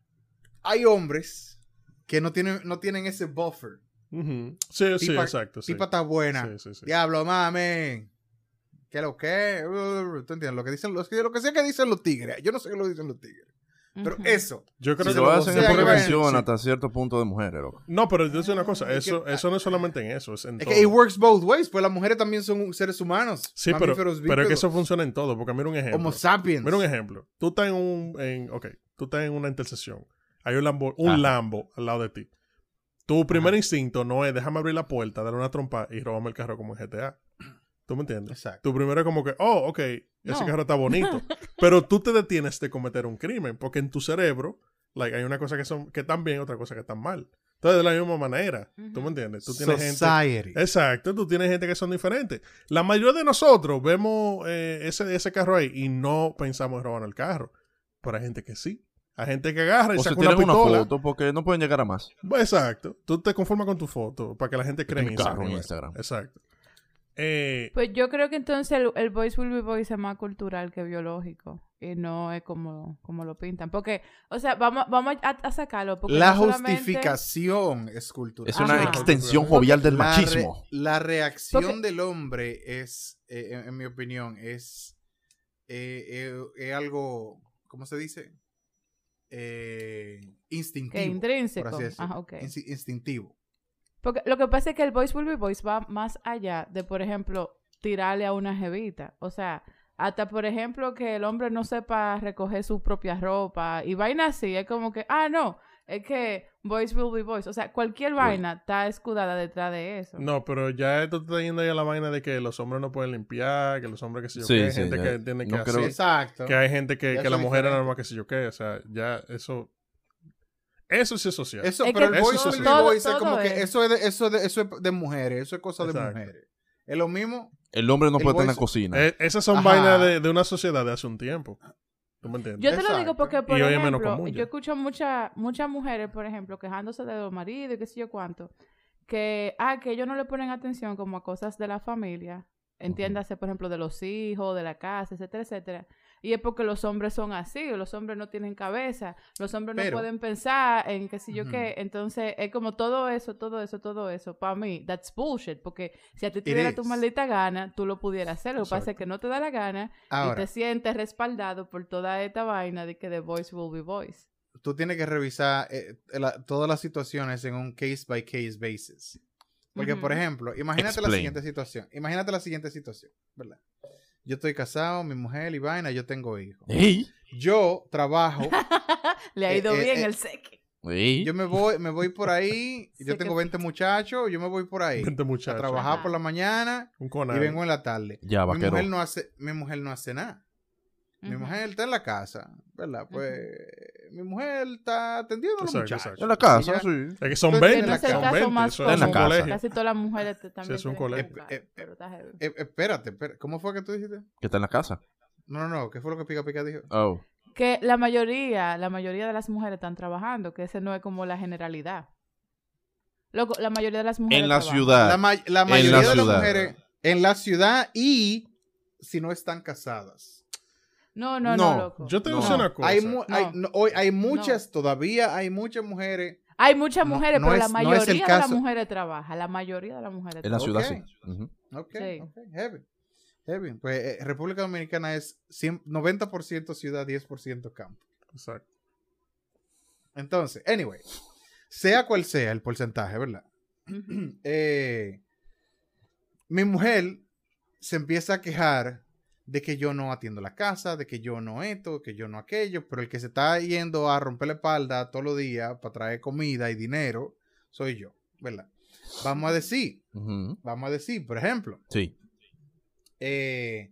hay hombres que no tienen, no tienen ese buffer. Ujú. Sí, sí, Tipa- exacto. Sí. Tipa está buena. Sí, sí, sí. Diablo, mami. ¿Qué lo que? ¿Tú entiendes? Lo que dicen los lo que sé que dicen los tigres. Yo no sé qué lo dicen los tigres. Pero Ujú. eso. Yo creo Si se que lo lo hacen vocea es que porque vayan- mencionan sí. hasta cierto punto de mujeres, loco. No, pero yo te digo una cosa, Ah, eso, que- eso no es solamente en eso, es en Es todo. que it works both ways. Pues las mujeres también son seres humanos. Sí, pero, mamíferos pero es que bípedos, eso funciona en todo, porque mira un ejemplo. Homo sapiens. Mira un ejemplo. Tú estás en un, en, ok, tú estás en una intersección. Hay un Lambo, un Ajá. Lambo al lado de ti. Tu primer instinto no es déjame abrir la puerta, darle una trompa y robarme el carro como en G T A. ¿Tú me entiendes? Exacto. Tu primero es como que, oh, ok, ese No. carro está bonito. Pero tú te detienes de cometer un crimen, porque en tu cerebro, like, hay una cosa que son que están bien, otra cosa que están mal. Entonces, de la misma manera, ¿tú me Ujú. entiendes? Tú tienes gente... Society. Exacto, tú tienes gente que son diferentes. La mayoría de nosotros vemos eh, ese, ese carro ahí y no pensamos en robar el carro. Pero hay gente que sí. Hay gente que agarra y O se saca una tiran una pistola. foto porque no pueden llegar a más. Exacto. Tú te conformas con tu foto para que la gente cree en mi carro Instagram. en Instagram. Exacto. Eh, Pues yo creo que entonces el, el voice will be voice es más cultural que biológico. Y no es como, como lo pintan. Porque, o sea, vamos, vamos a, a sacarlo. Porque La no solamente- justificación es cultural. Es una Ajá. extensión jovial del La machismo. re- la reacción Porque- del hombre es, eh, en, en mi opinión, es, eh, eh, es algo, ¿cómo se dice? Eh, instintivo. Que intrínseco. por así decirlo. Ajá, ok. Insi- instintivo. Porque lo que pasa es que el voice will be voice va más allá de, por ejemplo, tirarle a una jevita. O sea, hasta, por ejemplo, que el hombre no sepa recoger su propia ropa y vaina así. Es como que, ah, no, es que voice will be voice. O sea, cualquier vaina está escudada detrás de eso. no, pero ya esto te está yendo ahí a la vaina de que los hombres no pueden limpiar, que los hombres que sé yo Sí, qué, hay sí, gente ya. que tiene que No hacer, creo- Exacto. que hay gente que, Ya que eso la es mujer es diferente. normal que sé yo qué, o sea, ya eso, eso sí es social. Eso, Es pero que el voice todo- will be todo- voice es todo como es. que eso es de, eso, es de, eso es de mujeres, eso es cosa de Exacto. mujeres. Es lo mismo. El hombre no El puede estar en la voice- cocina. Eh, esas son Ajá. vainas de, de una sociedad de hace un tiempo. ¿Tú me entiendes? Yo te lo digo Exacto. porque, por Y hoy es menos ejemplo, común ya. yo escucho muchas muchas mujeres, por ejemplo, quejándose de los maridos y qué sé yo cuánto, que, ah, que ellos no le ponen atención como a cosas de la familia, entiéndase, por ejemplo, de los hijos, de la casa, etcétera, etcétera. Y es porque los hombres son así, los hombres no tienen cabeza, los hombres Pero- no pueden pensar en qué sé yo Ujú. qué. Entonces, es como todo eso, todo eso, todo eso. Para mí, that's bullshit, porque si a ti te It diera is. tu maldita gana, tú lo pudieras hacer. Lo que pasa es Exacto. que no te da la gana y Ahora, te sientes respaldado por toda esta vaina de que the voice will be voice. tú tienes que revisar eh, la- todas las situaciones en un case by case basis. Porque, Ujú. por ejemplo, imagínate la Explain. siguiente situación. Imagínate la siguiente situación, ¿verdad? Yo estoy casado, mi mujer y vaina, yo tengo hijos. ¡Ey! Yo trabajo, Le ha Eh, ido eh, bien eh, el seque. ¡Ey! yo me voy, me voy por ahí, yo Sé tengo que- veinte muchachos, yo me voy por ahí Vente a muchacho. trabajar Ajá. por la mañana Un y conario. vengo en la tarde. Ya, Mi vaquero. mujer no hace, mi mujer no hace nada. Mi Ujú. mujer está en la casa, ¿verdad? Pues mi mujer está atendiendo a los Exacto, muchachos. exacto. En la casa, Y ya- sí. Es que son Que Que veinte. no es el son caso veinte, más eso En es la un común. casa. colegio. Casi todas las mujeres te- también es un tienen colegio. que Eh, trabajar, eh, pero está heavy. Eh, espérate, espérate, ¿cómo fue que tú dijiste? Que está en la casa. No, no, no, ¿qué fue lo que Pica Pica dijo? Oh. Que la mayoría, la mayoría de las mujeres están trabajando, que ese no es como la generalidad. Loco, la mayoría de las mujeres En la trabajan. ciudad. La, ma- la en mayoría la de las ciudad. mujeres en la ciudad y si no están casadas. No, no, no, No, loco. Yo te voy a No. decir una cosa. Hay, mu- hay, No. no, hoy hay muchas, todavía hay muchas mujeres. Hay muchas No- mujeres, no pero es- la no es el mayoría de las caso. mujeres trabaja. La mayoría de las mujeres En la trabaja. ciudad, Ok. sí. Ujú. Ok, Sí. ok, heavy. Heavy. Pues eh, República Dominicana es cien noventa por ciento ciudad, diez por ciento campo. Exacto. Entonces, anyway, sea cual sea el porcentaje, ¿verdad? Ujú. Eh, mi mujer se empieza a quejar de que yo no atiendo la casa, de que yo no esto, que yo no aquello, pero el que se está yendo a romper la espalda todos los días para traer comida y dinero, soy yo, ¿verdad? Vamos a decir, Ujú. vamos a decir, por ejemplo, Sí. eh,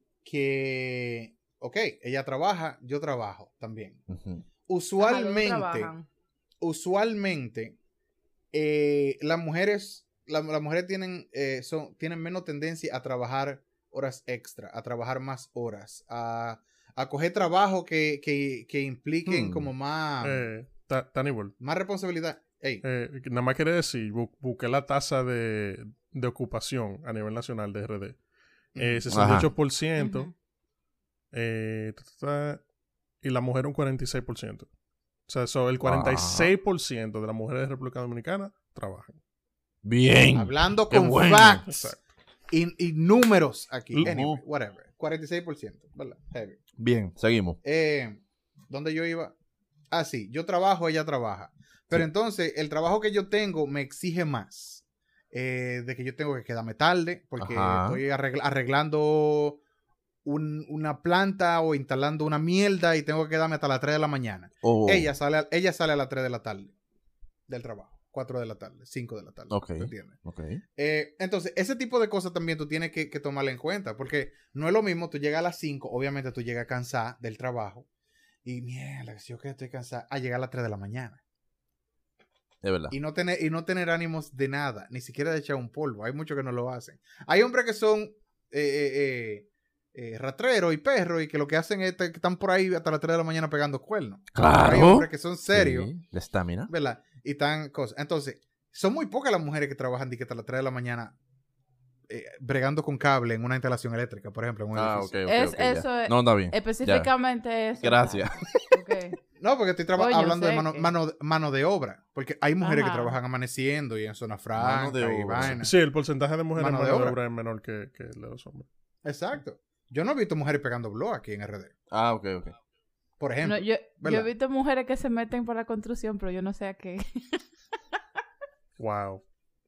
que, ok, ella trabaja, yo trabajo también. Ujú. Ajá, los dos Usualmente, trabajan. usualmente, eh, las mujeres, la- las mujeres tienen, eh, son, tienen menos tendencia a trabajar horas extra, a trabajar más horas, a, a coger trabajo que, que, que impliquen Hmm. como más, Eh, Ta- Tannibal, más responsabilidad. Ey, eh, nada más quiere decir, bu- busqué la tasa de, de ocupación a nivel nacional de R D. Eh, ujú. sesenta y ocho por ciento. Ujú. eh, ta, ta, ta, y la mujer un cuarenta y seis por ciento. O sea, so, el cuarenta y seis por ciento de las mujeres de República Dominicana trabajan. Bien. Hablando Qué con bueno. facts Exacto. y, y números aquí. Ujú. Anyway, whatever. cuarenta y seis por ciento, ¿verdad? Heavy. Bien, seguimos. Eh, ¿Dónde yo iba? Ah, sí, yo trabajo, ella trabaja. Pero Sí. entonces, el trabajo que yo tengo me exige más. Eh, de que yo tengo que quedarme tarde, porque Ajá. estoy arregl- arreglando un- una planta o instalando una mierda y tengo que quedarme hasta las tres de la mañana. Oh, Ella, sale a, ella sale a las tres de la tarde del trabajo. cuatro de la tarde, cinco de la tarde. Ok. ¿te entiendes? ok. Eh, entonces, ese tipo de cosas también tú tienes que, que tomarla en cuenta, porque no es lo mismo, tú llegas a las cinco, obviamente tú llegas cansada del trabajo, y mierda, si yo que estoy cansada, a llegar a las tres de la mañana, Es verdad. y no tener, y no tener ánimos de nada, ni siquiera de echar un polvo, hay muchos que no lo hacen. Hay hombres que son eh, eh, eh, eh, ratreros y perros, y que lo que hacen es que están por ahí hasta las tres de la mañana pegando cuernos. Claro. Hay hombres que son serios, Sí, la estamina. ¿verdad? Y tan cosas. Entonces, son muy pocas las mujeres que trabajan de que hasta las tres de la mañana eh, bregando con cable en una instalación eléctrica, por ejemplo, en un Ah, ok, edificio. ok. Es- ok, ya. eso es- No, está bien. Específicamente eso. Gracias. Ok. No, porque estoy traba- Coño, hablando de sé mano, que- mano, mano de obra. Porque hay mujeres Ajá. que trabajan amaneciendo y en zona Mano franca de y obra. vaina. Sí, el porcentaje de mujeres en Mano mano de de obra. obra es menor que, que el de los hombres. Exacto. Yo no he visto mujeres pegando blog aquí en R D. Ah, ok, ok. Por ejemplo. No, yo, yo ¿verdad? he visto mujeres que se meten por la construcción, pero yo no sé a qué. Wow.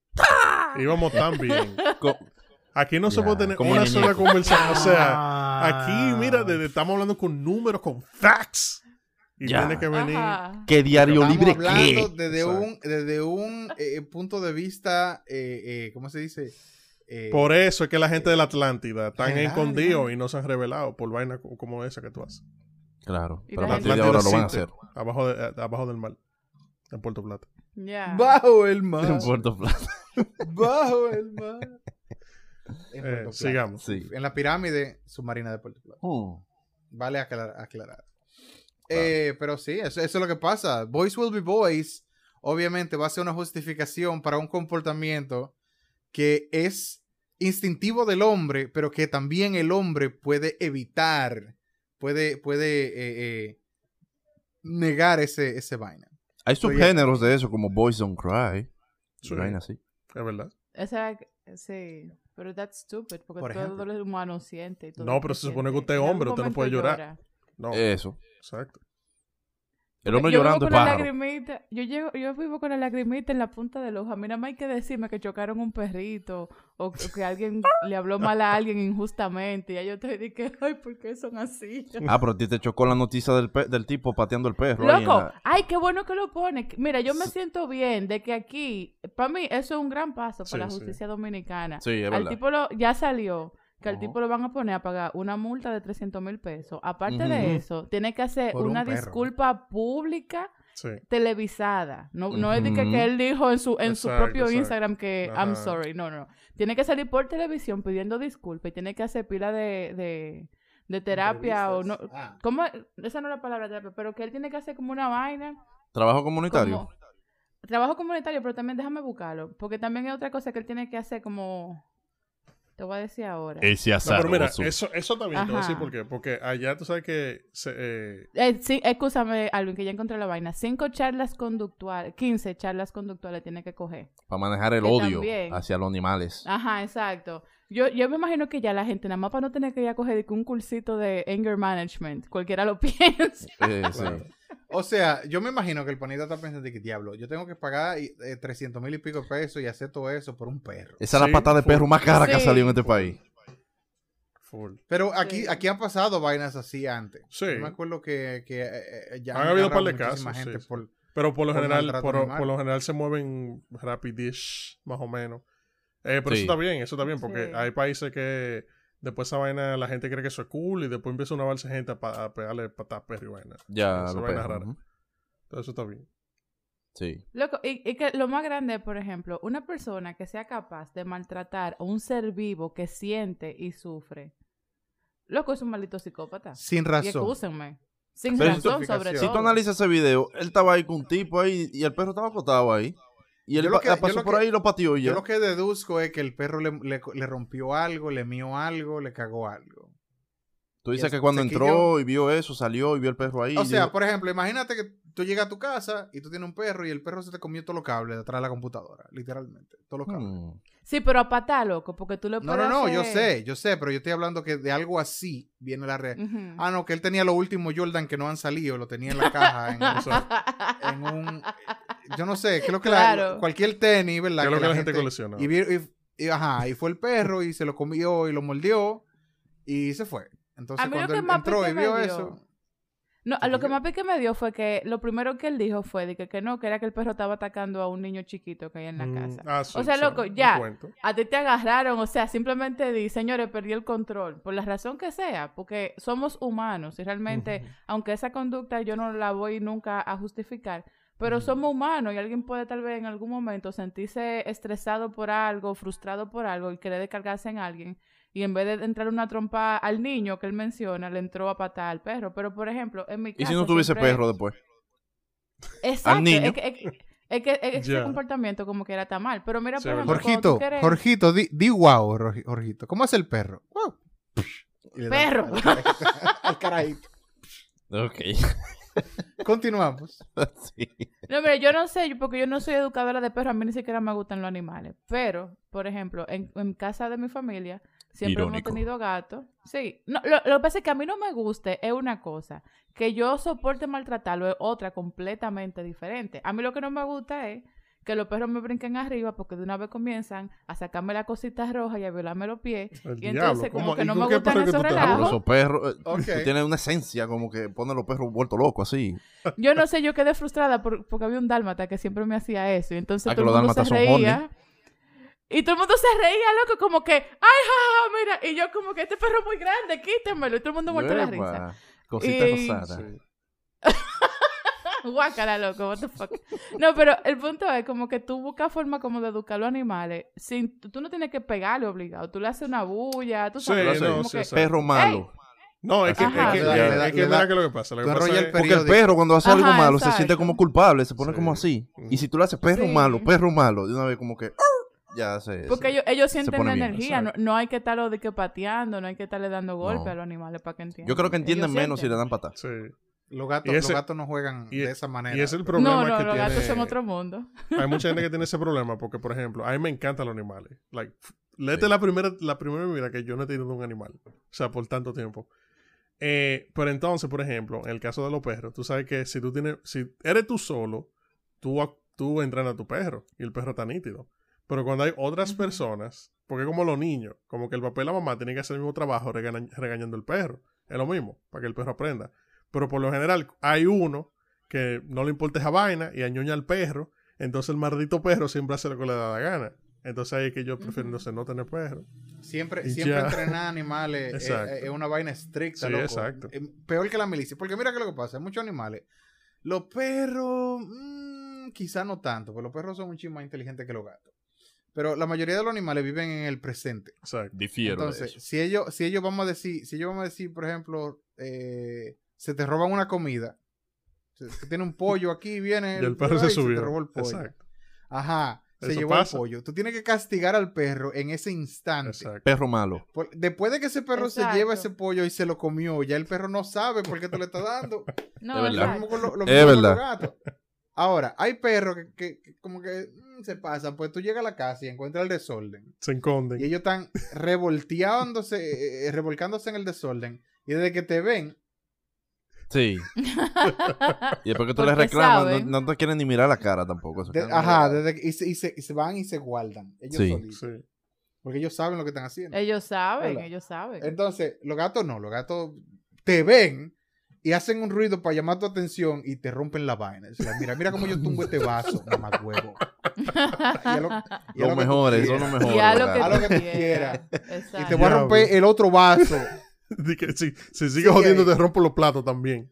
Íbamos tan bien. Co- Aquí no se Ya, puede tener como una niñito. sola conversación. O sea, Ah. aquí, mira, de- de- estamos hablando con números, con facts. Y Ya. tiene que venir. Ajá. ¿Qué diario Estamos libre hablando qué? desde Exacto. un, desde un eh, punto de vista, eh, eh, ¿cómo se dice? Eh, Por eso es que la gente de la Atlántida están General, escondidos ya. y no se han revelado por vaina co- como esa que tú haces. Claro. Y Pero a la partir de gente- ahora lo van a existe. hacer. Abajo, de, eh, abajo del mar. En Puerto Plata. Ya. Bajo el mar. En Puerto Plata. Bajo el mar. En Eh, Puerto Plata. sigamos. Sí. En la pirámide submarina de Puerto Plata. Hmm. Vale aclarar. aclarar. Eh, pero sí, eso, eso es lo que pasa. Boys will be boys. Obviamente va a ser una justificación para un comportamiento que es instintivo del hombre, pero que también el hombre puede evitar, puede, puede eh, eh, negar ese, ese vaina. Hay Oye. subgéneros de eso, como Boys Don't Cry. Sí. Y vaina así. Es verdad. Esa, sí. Pero that's stupid, porque Por todo ejemplo. el humano siente. y todo No, el pero que se supone que siente. usted es En hombre, algún usted no puede momento llorar. llora. No. Eso. Exacto. El hombre yo llorando vivo es con la pájaro. lagrimita, yo, llego, yo vivo con la lagrimita en la punta del ojo. A mí nada más hay que decirme que chocaron un perrito o, o que alguien le habló mal a alguien injustamente. Y ya yo te dije, ay, ¿por qué son así? Ah, pero a ti te chocó la noticia del, pe- del tipo pateando el perro. ahí en Loco, la- ay, qué bueno que lo pone. Mira, yo me siento bien de que aquí, para mí, eso es un gran paso Sí, para la sí. justicia dominicana. Sí, es Al verdad. tipo lo, ya salió que al Ujú. tipo lo van a poner a pagar una multa de trescientos mil pesos. Aparte Ujú. de eso, tiene que hacer Por un una perro. disculpa pública Sí. televisada. No, no es de que, Ujú. que él dijo en su, en su Exacto, propio exacto. Instagram que Ajá. I'm sorry. No, no. Tiene que salir por televisión pidiendo disculpas y tiene que hacer pila de, de, de terapia o no. Entrevistas. Ah. ¿Cómo? Esa no es la palabra terapia, pero que él tiene que hacer como una vaina. Trabajo comunitario. Como trabajo comunitario, pero también déjame buscarlo. Porque también hay otra cosa que él tiene que hacer como... Te voy a decir ahora. Ese No, pero mira, azaroso. eso, eso también te voy a decir Ajá. por qué. Porque allá tú sabes que se, eh, Eh, sí, escúchame, Alvin, que ya encontré la vaina. Cinco charlas conductuales, quince charlas conductuales tiene que coger. Para manejar el que odio también- hacia los animales. Ajá, exacto. Yo, yo me imagino que ya la gente, nada más para no tener que ir a coger de que un cursito de anger management, cualquiera lo piensa. Eh, sí. Claro. O sea, yo me imagino que el panita está pensando de que diablo, yo tengo que pagar eh, trescientos mil y pico de pesos y hacer todo eso por un perro. Esa es Sí, la patada de full. perro más cara que ha Sí. salido en este país. full. Pero aquí, Sí. aquí han pasado vainas así antes. Sí. Yo me acuerdo que, que eh, eh, ya Han habido un par agarrado de muchísima casos, gente sí, por... Pero por lo por general, maltrato por, animal. por lo general se mueven rapidish, más o menos. Eh, pero Sí. eso está bien, eso está bien, porque Sí. hay países que después esa vaina la gente cree que eso es cool y después empieza una balsa de gente a, pa- a pegarle patas a perro y vaina. Ya, Esa los vaina perros. rara. ujú. Entonces eso está bien. Sí. Loco, y, y que lo más grande, por ejemplo, una persona que sea capaz de maltratar a un ser vivo que siente y sufre. Loco, es un maldito psicópata. Sin Y razón. excúsenme. Sin Pero razón, justificación. sobre Si todo. tú analizas ese video, él estaba ahí con un tipo ahí y el perro estaba acostado ahí. Y él Yo lo pa- que- yo pasó lo por que- ahí y lo pateó y Yo ya. lo que deduzco es que el perro le, le, le rompió algo, le mió algo, le cagó algo. Tú dices y que el cuando sequillo- entró y vio eso, salió y vio el perro ahí. O y sea, dijo, por ejemplo, imagínate que tú llegas a tu casa y tú tienes un perro y el perro se te comió todos los cables detrás de la computadora, literalmente, todos los cables. "Hmm". Sí, pero a patá, loco, porque tú le No, puedes no, no, yo hacer- sé, yo sé, pero yo estoy hablando que de algo así viene la red. Ujú. Ah, no, que él tenía los últimos Jordan que no han salido, lo tenía en la caja, en, O sea, en un... Yo no sé, creo que Claro. la, cualquier tenis, ¿verdad? ¿Qué es lo que la gente colecciona? Y, vi- y- y- ajá, y fue el perro y se lo comió y lo mordió y se fue. Entonces A mí lo cuando que él más entró y pique me vio dio- eso... No, ¿Qué lo que dijo? más pique me dio fue que lo primero que él dijo fue de que, que no, que era que el perro estaba atacando a un niño chiquito que hay en la mm, casa. ah, sí, O sea, sí, loco, un ya. cuento. A ti te agarraron, o sea, simplemente di, señores, perdí el control, por la razón que sea, porque somos humanos y realmente, Ujú. aunque esa conducta yo no la voy nunca a justificar, pero Ujú. somos humanos y alguien puede tal vez en algún momento sentirse estresado por algo, frustrado por algo y querer descargarse en alguien. Y en vez de entrar una trompa al niño que él menciona, le entró a patar al perro. Pero, por ejemplo, en mi ¿Y casa si no tuviese siempre- perro después? Exacto. niño? Es que, es que- es que ese Ya. comportamiento como que era tan mal. Pero mira, Sí, por es ejemplo, verdad. cuando tú Jorgito, quieres- Jorgito, di, di wow, Jorgi- Jorgito. ¿Cómo hace el perro? Wow. Y le da Perro. al carajito. Al carajito. Ok. Continuamos. Sí. No, mira, yo no sé, yo- porque yo no soy educadora de perros, a mí ni siquiera me gustan los animales. Pero, por ejemplo, en, en casa de mi familia, siempre Irónico. hemos tenido gatos. Sí, no, lo, lo que pasa es que a mí no me guste es una cosa. Que yo soporte maltratarlo es otra completamente diferente. A mí lo que no me gusta es que los perros me brinquen arriba porque de una vez comienzan a sacarme las cositas rojas y a violarme los pies. El Y diablo, entonces, como ¿cómo- que y no con me qué gustan perro que esos tú te relajos. Pero esos perros, eh, Ok. tú tienes una esencia como que pone los perros vueltos locos así. Yo no sé, yo quedé frustrada por- porque había un dálmata que siempre me hacía eso. Y entonces Ah, que todo el los mundo se dálmatas son reía. Y todo el mundo se reía, loco, como que, ¡ay, jaja, mira! Y yo como que este perro es muy grande, quítemelo. Y todo el mundo muerto de la risa. Epa, Cosita Y- rosada. Sí. Guácala, loco, what the fuck. No, pero el punto es como que tú buscas forma como de educar a los animales. Sin, tú no tienes que pegarle obligado. Tú le haces una bulla, tú Sí, sabes. no, como sí, que- exacto. Perro malo. No, es que, es Ajá. que, Le da- es le da- que le mira da- que lo que pasa. Lo que tú pasa enrollas es el Porque el periódico. perro cuando hace algo Ajá, malo se exacto. siente como culpable, se pone Sí. como así. Ujú. Y si tú le haces perro Sí. malo, perro malo, de una vez como que ya se... Porque se- ellos, ellos sienten pone la bien, energía. No, exacto. no hay que estarlo de que pateando, no hay que estarle dando golpe No. a los animales para que entiendan. Yo creo que entienden Ellos menos si sienten. le dan patas. Sí. Los gatos, Y ese- los gatos no juegan y- de esa manera. Y es el problema No, no, que los tiene... gatos son otro mundo. Hay mucha gente que tiene ese problema porque, por ejemplo, a mí me encantan los animales. Like, f- léete Sí. la primera la primera vida que yo no he tenido un animal. O sea, por tanto tiempo. Eh, pero entonces, por ejemplo, en el caso de los perros, tú sabes que si tú tienes... Si eres tú solo, tú, ac- tú entrenas a tu perro y el perro está nítido. Pero cuando hay otras Ujú. personas, porque como los niños, como que el papá y la mamá tienen que hacer el mismo trabajo regaña- regañando al perro. Es lo mismo, para que el perro aprenda. Pero por lo general hay uno que no le importa esa vaina y añoña al perro. Entonces el maldito perro siempre hace lo que le da la gana. Entonces ahí es que yo prefiero Ujú. entonces no tener perro. Siempre, Y siempre ya. entrenar animales es, Exacto. es una vaina estricta, Sí, loco. exacto. Eh, Peor que la milicia. Porque mira que lo que pasa, hay muchos animales. Los perros, mm, quizá no tanto, porque los perros son mucho más inteligentes que los gatos. Pero la mayoría de los animales viven en el presente. Exacto. Difiero de Entonces, eso. si ellos, si ellos vamos a decir, si ellos vamos a decir, por ejemplo, eh, se te roban una comida, se, se tiene un pollo aquí, viene Y el perro se ay, subió. te robó el pollo. Exacto. Ajá, se Eso llevó pasa. el pollo. Tú tienes que castigar al perro en ese instante. Exacto. Perro malo. Por- después de que ese perro Exacto. se lleva ese pollo y se lo comió, ya el perro no sabe por qué te lo está dando. No, Es verdad. Lo exacto. mismo con, lo- lo Es mismo con verdad. los gatos. Ahora, hay perros que, que- que como que mm, se pasan, pues tú llegas a la casa y encuentras el desorden. Se esconden. Y ellos están revolteándose, eh, revolcándose en el desorden. Y desde que te ven, Sí. Y después que tú les Porque reclamas, saben. no, no te quieren ni mirar la cara tampoco. se de- quedan ajá, como- desde que- y, se, y se- y se van y se guardan. Ellos Sí. solitos. Sí. Porque ellos saben lo que están haciendo. Ellos saben, ¿Verdad? ellos saben. Entonces, los gatos no, los gatos te ven y hacen un ruido para llamar tu atención y te rompen la vaina. O sea, mira, mira cómo yo tumbo este vaso, mamá huevo. Y a lo, y a Los lo que tú mejores, son quieras. los mejores. Y a lo los que A gatos. lo que tú quieras. quieras. Y Exacto. te voy a Diablo. romper el otro vaso. De que si, si Sigue sigues jodiendo, ahí. te rompo los platos también.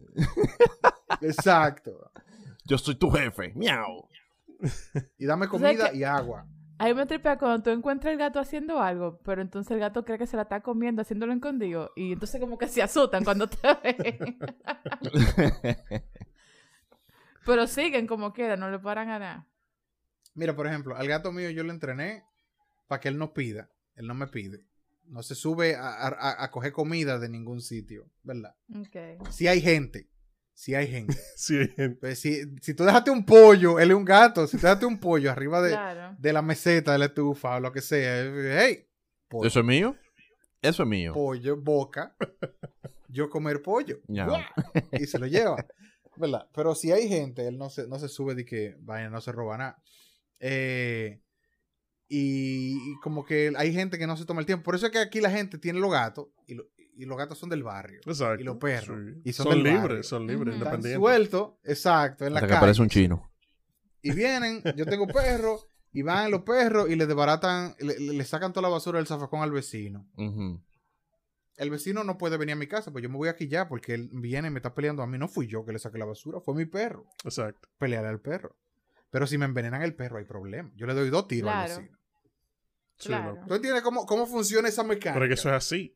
Exacto. Yo soy tu jefe. Miau. Y dame ¿Tú sabes comida qué? y agua. Ahí me tripea cuando tú encuentras el gato haciendo algo, pero entonces el gato cree que se la está comiendo haciéndolo escondido y entonces como que se asustan cuando te ven. Pero siguen como quieran, no le paran a nada. Mira, por ejemplo, al gato mío yo lo entrené para que él no pida. Él no me pide. No se sube a, a- a coger comida de ningún sitio, ¿verdad? Okay. Si hay gente. Si hay gente. Sí, hay gente. Pues si, si tú dejaste un pollo, él es un gato. Si tú dejaste un pollo arriba de, Claro. de la meseta de la estufa o lo que sea, hey, pollo, ¿Eso es mío? Eso es mío. pollo, boca, yo comer pollo. Ya. ¡Guau! Y se lo lleva, ¿verdad? Pero si hay gente, él no se, no se sube de que vaya, no se roba nada. Eh, y, y como que hay gente que no se toma el tiempo. Por eso es que aquí la gente tiene los gatos y, lo- y los gatos son del barrio. Exacto. Y los perros. Sí. Y son son del libres, barrio. son libres, Ujú. Están independientes. sueltos, exacto, en la Hasta que calle. aparece un chino. Y vienen, yo tengo perros, y van los perros y le desbaratan, le, le- le sacan toda la basura del zafacón al vecino. Ujú. El vecino no puede venir a mi casa, pues yo me voy aquí ya, porque él viene y me está peleando a mí. No fui yo que le saqué la basura, fue mi perro. Exacto. Pelearle al perro. Pero si me envenenan el perro, hay problema. Yo le doy dos tiros Claro. al vecino. Sí, Claro. loco. ¿Tú entiendes cómo, cómo funciona esa mecánica? Pero es que eso es así.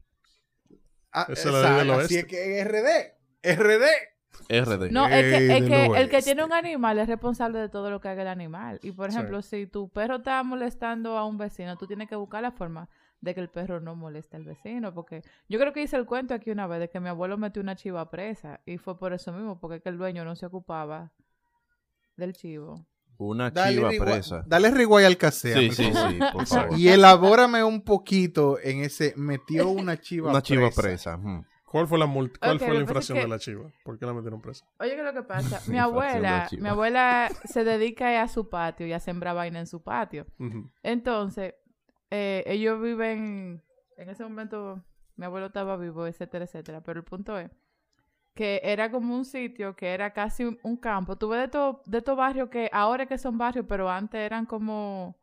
Ah, esa es la ley del exacto, así oeste. es que es R D. R D. R D. No, es que, Ey, es del que el que oeste. tiene un animal es responsable de todo lo que haga el animal. Y por Sí. ejemplo, si tu perro está molestando a un vecino, tú tienes que buscar la forma de que el perro no moleste al vecino. Porque yo creo que hice el cuento aquí una vez de que mi abuelo metió una chiva presa. Y fue por eso mismo, porque es que el dueño no se ocupaba del chivo. Una Dale chiva rewind- presa. Dale reguay al casea. Sí, por sí, favor. sí, por favor. Y elabórame un poquito en ese. Metió una chiva Una chiva presa. presa. ujú. ¿Cuál fue la multa? ¿Cuál Ok, fue lo la que pasa infracción es que- de la chiva? ¿Por qué la metieron presa? Oye, ¿qué es lo que pasa? Mi Infracción de la abuela, chiva. mi abuela se dedica a su patio y a sembrar vaina en su patio. Ujú. Entonces, eh, ellos viven, en ese momento mi abuelo estaba vivo, etcétera, etcétera. Pero el punto es que era como un sitio que era casi un, un campo. Tuve de estos de estos barrios que ahora que son barrios, pero antes eran como,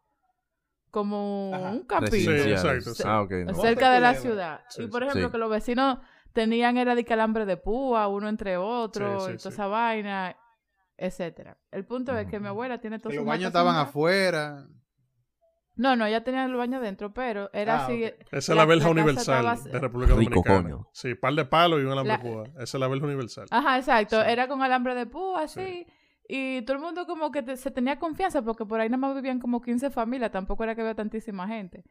como Ajá. un campito. Sí, Residenciales. exacto, sí. Ah, ok. no. Cerca de la Culebra. ciudad. Sí, y por sí. ejemplo, Sí. que los vecinos tenían era de calambre de púa, uno entre otros, Sí, sí, y toda sí. esa vaina, etcétera. El punto es que mi abuela tiene Que todos los sus baños matas estaban sembradas. afuera. No, no, ella tenía el baño adentro, pero era Ah, así. ok. Esa es la- la verja la casa universal estaba- de República Rico, Dominicana. coño. Sí, par de palos y un alambre La- de púa. Esa es la verja universal. Ajá, exacto. Sí. Era con alambre de púa, así. Sí. Y todo el mundo como que te- se tenía confianza porque por ahí nada más vivían como quince familias. Tampoco era que había tantísima gente.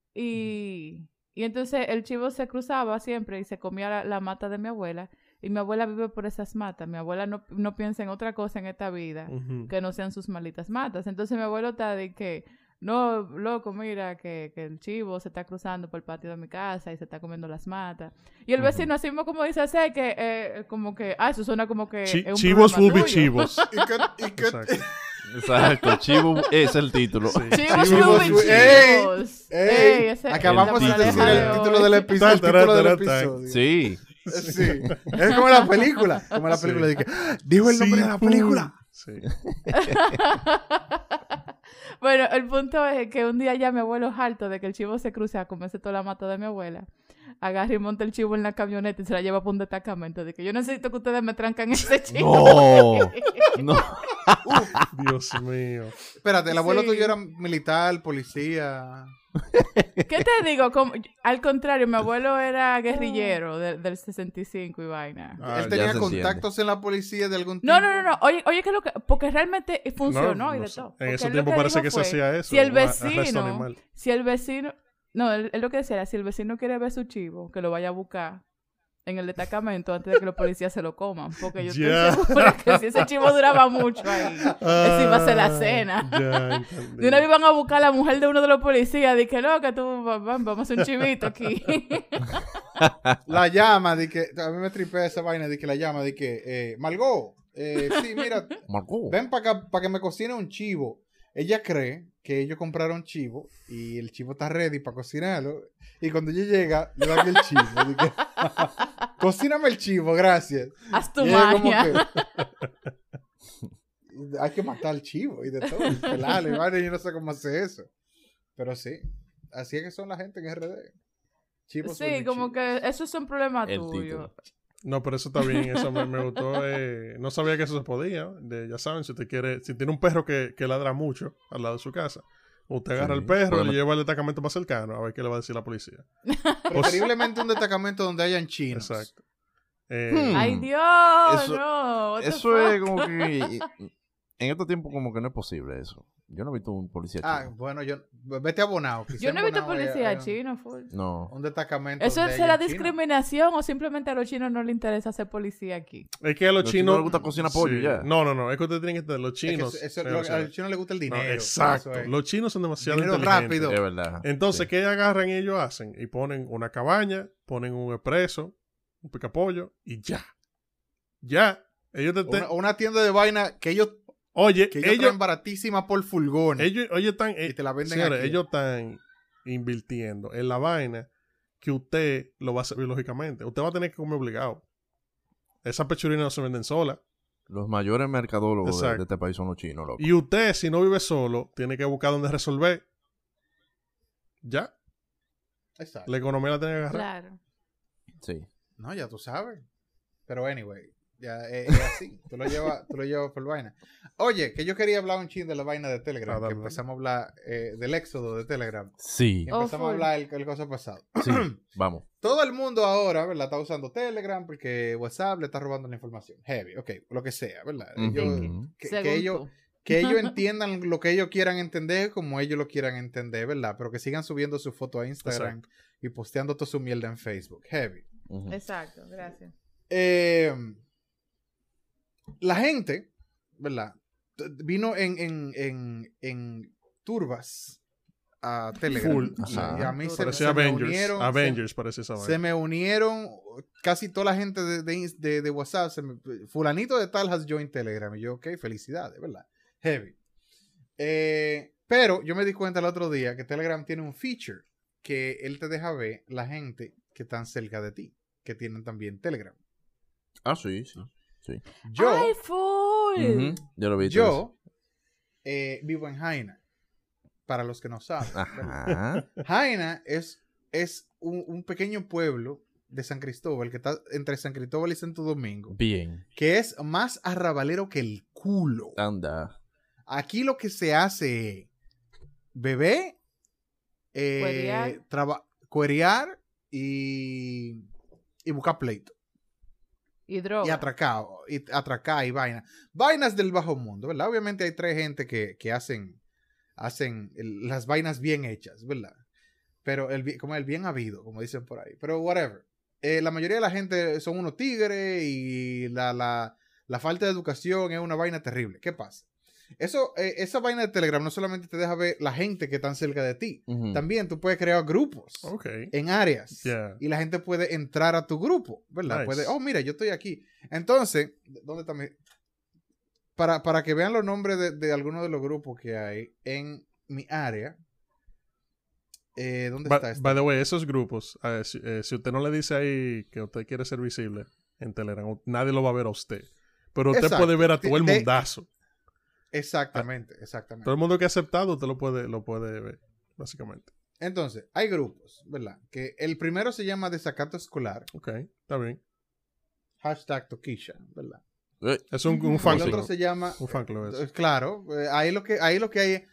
Y, y entonces el chivo se cruzaba siempre y se comía la, la mata de mi abuela. Y mi abuela vive por esas matas. Mi abuela no, no piensa en otra cosa en esta vida Ujú. que no sean sus malditas matas. Entonces mi abuelo está de que, no, loco, mira, que, que el chivo se está cruzando por el patio de mi casa y se está comiendo las matas. Y el Ujú. vecino así mismo como dice, sé que, eh, como que, ah, eso suena como que Chi- es un chivos problema will be tuyo. chivos. Y que, y que- Exacto. Exacto. Chivo es el título. Sí. Chivos Chivos will be will- ¡Ey! chivos. ¡Ey! Ey, ese- Acabamos el de decir título. el título del episodio. El Tan, título del tan, tan, tan. episodio. Sí. Sí. Es como la película. Como la Sí. película. De que, ¡ah! Dijo el nombre Sí, de la pum. película. Sí. Bueno, el punto es que un día ya mi abuelo es harto de que el chivo se cruce a comerse toda la mata de mi abuela. Agarra y monta el chivo en la camioneta y se la lleva para un destacamento. De que yo necesito que ustedes me trancan ese chivo. No. No. Dios mío. Espérate, el abuelo Sí. tuyo era militar, policía. ¿Qué te digo? Como- al contrario, mi abuelo era guerrillero de- del sesenta y cinco y vaina. Ah, Él ya tenía se contactos en la policía de algún tipo. No, no, no, no. Oye, oye, que lo que... Porque realmente funcionó No, y no de sé. todo. En Porque ese él lo tiempo que parece dijo que se fue, hacía eso. Si el un a- arresto vecino... animal. Si el vecino... No, él, él lo que decía era, si el vecino quiere ver su chivo, que lo vaya a buscar en el destacamento antes de que los policías se lo coman. Porque yo Ya. estoy segura que si ese chivo duraba mucho ahí, ese iba a ser la cena. Ah, Ya, entendí. De una vez iban a buscar a la mujer de uno de los policías. Dije, no, que tú, va- va- vamos a hacer un chivito aquí. La llama, de que. A mí me tripea esa vaina de que la llama, de que. Eh, Margot, eh, sí, mira, Marcó. ven para acá para que me cocine un chivo. ella cree que ellos compraron chivo y el chivo está ready para cocinarlo. Y cuando ella llega, le dan el chivo. Y que, cocíname el chivo, gracias. Haz tu Y ella como magia. que, hay que matar al chivo y de todo. Y pelarlo, y vaina, yo no sé cómo hacer eso. Pero sí, así es que son la gente en R D. Chivos son Sí, mis como chivos. que eso es un problema El tuyo. título. No, pero eso está bien, eso me, me gustó. Eh, no sabía que eso se podía. De, ya saben, si usted quiere, si tiene un perro que, que ladra mucho al lado de su casa, usted agarra Sí, el perro y podemos- le lleva al destacamento más cercano a ver qué le va a decir la policía. Preferiblemente un destacamento donde hayan chinos. Exacto. Eh, Hmm. Ay, Dios, Eso- no. what the Eso es fuck? como que... En estos tiempos como que no es posible eso. Yo no he visto un policía Ah, chino. bueno, yo vete a Bonao. quizá Yo en no he visto Bonao haya- policía haya un- chino, full. No. Un destacamento. ¿Eso donde será hayan chinos. discriminación o simplemente a los chinos no les interesa ser policía aquí? Es que a los Los chinos chinos. les gusta cocinar pollo y ya. No, no, no. Es que ustedes tienen que entender. Los Es que chinos. eso- eso- eh, lo- o sea, a los chinos les gusta el no, dinero. exacto. eso es. Los chinos son demasiado Dinero inteligentes. rápido. Es verdad. Entonces, Sí. ¿qué agarran y ellos hacen? Y ponen una cabaña, ponen un expreso, un picapollo y ya. Ya. Ellos te, O te- una, o una tienda de vaina que ellos, Oye, que ellos, ellos, traen baratísima por furgón. ellos, ellos están, y te la venden señores, aquí. ellos están invirtiendo en la vaina que usted lo va a hacer biológicamente. Usted va a tener que comer obligado. Esas pechurinas no se venden solas. Los mayores mercadólogos de, Exacto. de este país son los chinos, loco. Y usted, si no vive solo, tiene que buscar dónde resolver. Ya. Exacto. La economía la tiene que agarrar. Claro. Sí. No, ya tú sabes. Pero anyway, ya es, es así. Tú lo llevas, tú lo llevas por vaina. Oye, que yo quería hablar un chin de la vaina de Telegram. Ah, dale, que dale. empezamos a hablar eh, del éxodo de Telegram. Sí. Que Oh, empezamos a full. hablar el, el cosa pasado. Sí. Vamos. Todo el mundo ahora, ¿verdad? Está usando Telegram porque WhatsApp le está robando la información. Heavy, ok, lo que sea, ¿verdad? Ellos- Ujú. que, Según que ellos, tú. que ellos entiendan lo que ellos quieran entender como ellos lo quieran entender, ¿verdad? Pero que sigan subiendo su foto a Instagram y posteando toda su mierda en Facebook. Heavy. Ujú. Exacto, gracias. Eh, la gente, ¿verdad? T- Vino en, en, en, en turbas a Telegram. Full. Y Ajá. a mí se, Parecía se me Avengers. unieron. Avengers parece esa Se, vaina. se me unieron casi toda la gente de, de, ins- de- de WhatsApp. Se me- fulanito de tal has joined Telegram. Y yo, ok, felicidades, ¿verdad? Heavy. Eh, pero yo me di cuenta el otro día que Telegram tiene un feature que él te deja ver la gente que están cerca de ti, que tienen también Telegram. Ah, sí, sí. sí. Yo, ¡Ay, full! Ujú. Yo lo vi. yo eh, vivo en Jaina, para los que no saben. Ajá. Jaina es, es un, un pequeño pueblo de San Cristóbal, que está entre San Cristóbal y Santo Domingo, Bien. que es más arrabalero que el culo. Anda. Aquí lo que se hace es beber, eh, Cuerear. traba- cuerear y, y buscar pleito. Y droga. Y atracar, y atracar y vaina. Vainas del bajo mundo, ¿verdad? Obviamente hay tres gente que, que hacen, hacen el- las vainas bien hechas, ¿verdad? Pero el, bi- como el bien habido, como dicen por ahí. Pero whatever. Eh, la mayoría de la gente son unos tigres y la, la, la falta de educación es una vaina terrible. ¿Qué pasa? Eso, eh, esa vaina de Telegram no solamente te deja ver la gente que está cerca de ti. Ujú. También tú puedes crear grupos Ok. en áreas Yeah. y la gente puede entrar a tu grupo, ¿verdad? Nice. Puede, oh, mira, yo estoy aquí. Entonces, ¿dónde está mi...? Para, para que vean los nombres de, de algunos de los grupos que hay en mi área. Eh, ¿Dónde By, está esto? by the way, esos grupos, eh, si, eh, si usted no le dice ahí que usted quiere ser visible en Telegram, nadie lo va a ver a usted. Pero usted Exacto. puede ver a todo el De- mundazo. Exactamente, exactamente. Todo el mundo que ha aceptado, usted lo puede, lo puede ver, básicamente. Entonces, hay grupos, ¿verdad? Que el primero se llama Desacato Escolar, Ok, está bien. hashtag Toquisha, ¿verdad? Eh, Es un, un fan El otro club. se llama... Un fan club eso. Eh, Claro, eh, ahí lo que, ahí lo que hay es...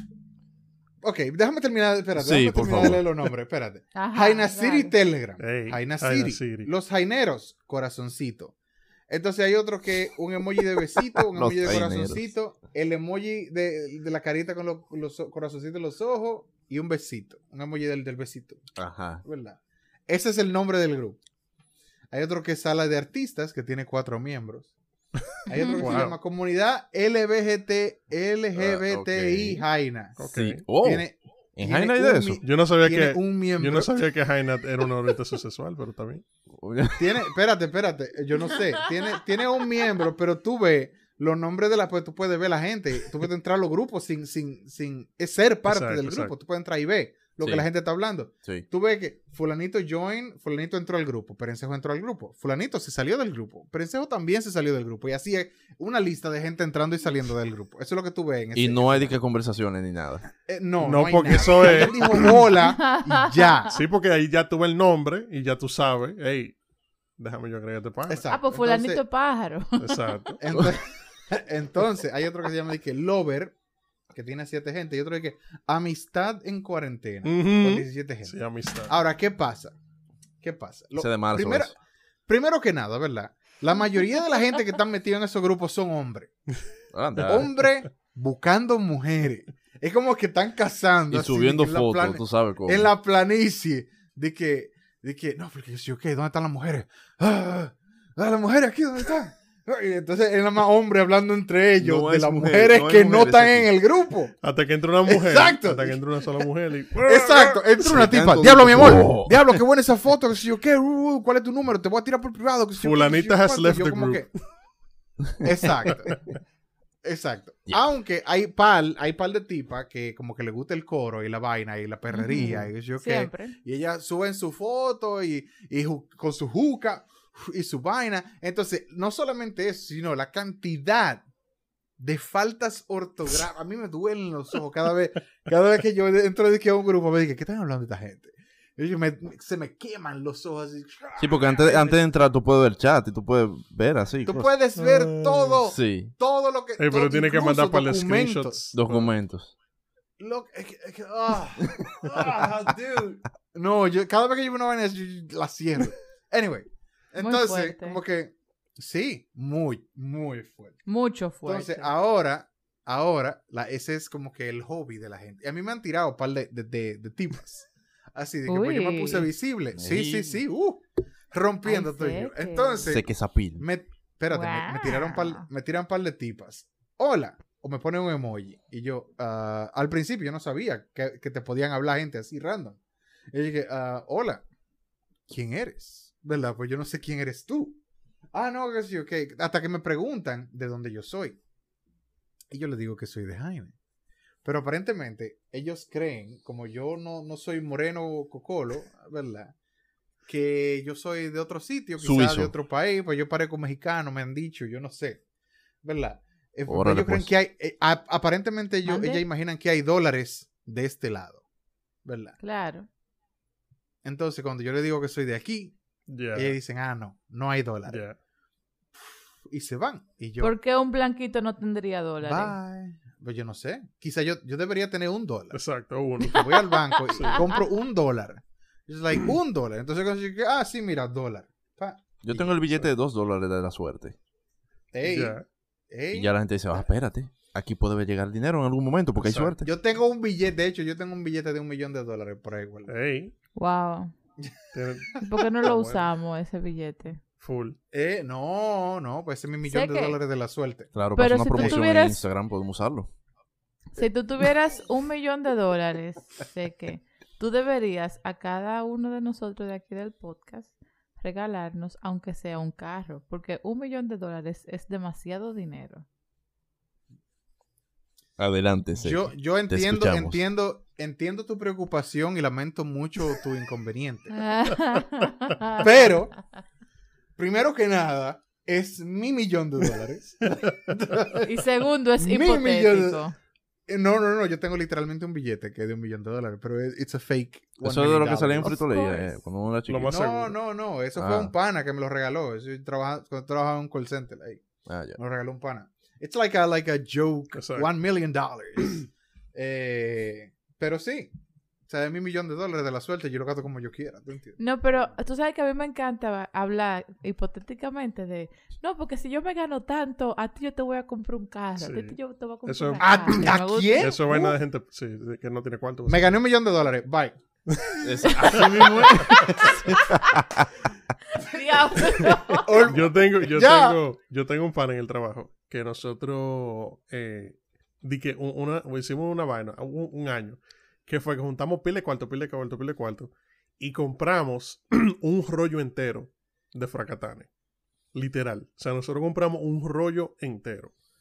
Ok, déjame terminar, espérate, Sí, déjame por terminar de favor. leer los nombres, espérate. Ajá, Jaina City dale. Telegram. Ey, Jaina Jaina City. City. Los jaineros, corazoncito. Entonces hay otro que un emoji de besito, un Los emoji de jaineros. corazoncito, el emoji de, de la carita con los, los o- corazoncitos en los ojos y un besito. Un emoji del, del besito, Ajá. ¿verdad? Ese es el nombre del grupo. Hay otro que es Sala de Artistas, que tiene cuatro miembros. Hay otro que Wow. se llama Comunidad L B G T, L G B T I Ah, ok. Jaina. Ok. Sí. Oh, Tiene, ¿en tiene Jaina hay un de eso? mi- Yo no sabía tiene que un miembro. yo no sabía que Jaina era una orientación sexual, pero está bien. Tiene, espérate, espérate, yo no sé. Tiene, tiene un miembro, pero tú ves, los nombres de la, pues tú puedes ver la gente, tú puedes entrar a los grupos sin, sin, sin es ser parte Exacto, del grupo, exacto. tú puedes entrar y ver lo Sí. que la gente está hablando. Sí. Tú ves que fulanito join, fulanito entró al grupo, Perencejo entró al grupo, fulanito se salió del grupo, Perencejo también se salió del grupo, y así es una lista de gente entrando y saliendo del grupo. Eso es lo que tú ves en ese, Y no en hay ese- de qué conversaciones ni nada. Eh, no, No, no, hay porque nada. eso es- Él dijo hola y ya. Sí, porque ahí ya tuve el nombre y ya tú sabes, hey, déjame yo agregarte pana. Exacto. Ah, pues fulanito Entonces- pájaro. Exacto. Entonces, entonces, hay otro que se llama de que Lover, que tiene siete gente, y otro de que Amistad en cuarentena, con Ujú. diecisiete gente. Sí, amistad. Ahora, ¿qué pasa? ¿Qué pasa? Lo- Ese de marzo. primero, eso. primero que nada, ¿verdad? La mayoría de la gente que están metidos en esos grupos son hombres. Anda. Hombres buscando mujeres. Es como que están cazando. Y así, subiendo de que en la fotos, plane- tú sabes cómo. En la planicie. De que, de que, no, porque yo, ¿qué? ¿Dónde están las mujeres? Ah, ah, las mujeres aquí, ¿dónde están? Y entonces era más hombre hablando entre ellos No de hay las mujeres, mujeres no hay que no mujeres están aquí. en el grupo. Hasta que entra una mujer. Exacto. Hasta que entra una sola mujer y... Exacto, entra una Se tipa. canto Diablo, mi de- amor. Oh. Diablo, qué buena esa foto. Que si yo qué, uh, ¿cuál es tu número? Te voy a tirar por privado. Que si yo qué, Fulanita que si yo has cuánto. left Yo the como group. que- Exacto. Exacto. Yeah. Aunque hay par, hay par de tipas que como que le gusta el coro y la vaina y la perrería y que si yo qué. Siempre. Y ellas suben su foto y, y ju- con su juca y su vaina. Entonces, no solamente eso, sino la cantidad de faltas ortográficas. A mí me duelen los ojos cada vez, cada vez que yo entro de que a un grupo, me dije, ¿qué están hablando de esta gente? Y yo me- se me queman los ojos así. Sí, porque antes, antes de entrar tú puedes ver chat y tú puedes ver así. Tú cosas. puedes ver Ay. todo, Sí, todo lo que... Ey, pero todo, tiene que incluso mandar para los documentos. screenshots. documentos. Lo- es que- es que- ah, ah, dude. No, yo cada vez que llevo una vaina yo la cierro. Anyway, entonces, fuerte. como que sí, muy, muy fuerte. Mucho fuerte. Entonces, ahora, ahora, la, ese es como que el hobby de la gente. Y a mí me han tirado un par de, de, de, de tipas. Así, de que pues, yo me Uy. puse visible. Sí, Ey. sí, sí. Uh, rompiendo Ay, todo yo. seque. Entonces, Sé que esa pila. me, espérate, me, me tiraron par, Wow. me tiran un par de tipas. Hola. O me ponen un emoji. Y yo, ah, al principio yo no sabía que, que te podían hablar gente así random. Y yo dije, ah, hola. ¿Quién eres? ¿Verdad? Pues yo no sé quién eres tú. Ah, no, que sí, ok. Hasta que me preguntan de dónde yo soy. Y yo les digo que soy de Jaime. Pero aparentemente ellos creen, como yo no, no soy moreno o cocolo, ¿verdad? Que yo soy de otro sitio, quizás Suizo. de otro país, pues yo parezco mexicano, me han dicho, yo no sé, ¿verdad? Eh, porque Órale, ellos creen pues. que hay, eh, a- aparentemente ellos, ¿Mande? ellas imaginan que hay dólares de este lado, ¿verdad? Claro. Entonces cuando yo les digo que soy de aquí, Ya. ellas dicen, ah, no, no hay dólares. Ya. Y se van. Y yo, ¿Por qué un blanquito no tendría dólares? bye. Pues yo no sé. Quizá yo, yo debería tener un dólar. Exacto, uno. Que voy al banco y compro un dólar. Es like, un dólar. Entonces, cuando yo, ah, sí, mira, dólar. Pa. Yo Y tengo el billete de dos dólares de la suerte. Ey, Ya. ey. Y ya la gente dice, ah, espérate. Aquí puede llegar dinero en algún momento porque Exacto. hay suerte. Yo tengo un billete, de hecho, yo tengo un billete de un millón de dólares por ahí, güey. Ey. Wow. tiene- ¿Y por qué no Está lo bueno. usamos, ese billete? Full. Eh, no, no, pues ese es mi millón Sé de que- dólares de la suerte. Claro, Pero para hacer una si tú promoción tuvieras- en Instagram podemos usarlo. Si tú tuvieras un millón de dólares, sé que tú deberías a cada uno de nosotros de aquí del podcast regalarnos, aunque sea un carro, porque un millón de dólares es demasiado dinero. Adelante, sí. Yo, yo entiendo, escuchamos. entiendo, entiendo tu preocupación y lamento mucho tu inconveniente. Pero, primero que nada, es mi millón de dólares. Y segundo, es Mi millón de- hipotético. Eh, No, no, no, yo tengo literalmente un billete que es de un millón de dólares, pero es it's a fake. one Eso es de lo que million salía en dollars. frito leía, course. eh, cuando uno era chiquito. más No, seguro. no, no, eso Ah. fue un pana que me lo regaló. Eso yo trabajaba, cuando trabajaba en un call center ahí. Ah, ya. Me lo regaló un pana. It's like a, like a joke, Exacto. one million dollars. eh, pero sí, o sea, de mi millón de dólares de la suerte, yo lo gasto como yo quiera, ¿tú entiendes? No, pero tú sabes que a mí me encanta hablar hipotéticamente de, no, porque si yo me gano tanto, a ti yo te voy a comprar un carro, Sí. a ti yo te voy a comprar Eso- un ¿A, carro. a Me gusta- quién? Eso es vaina Uh, de gente sí, de que no tiene cuarto. Me gané un millón de dólares, bye. Es- así mismo es. Diablo. Ol- Yo tengo, yo Ya. tengo, yo tengo un pan en el trabajo que nosotros eh, di que un- una, hicimos una vaina, un, un año, que fue que juntamos pile de cuarto, pile de cuarto, pile de cuarto, y compramos un rollo entero de fracatanes. Literal. O sea, nosotros compramos un rollo entero.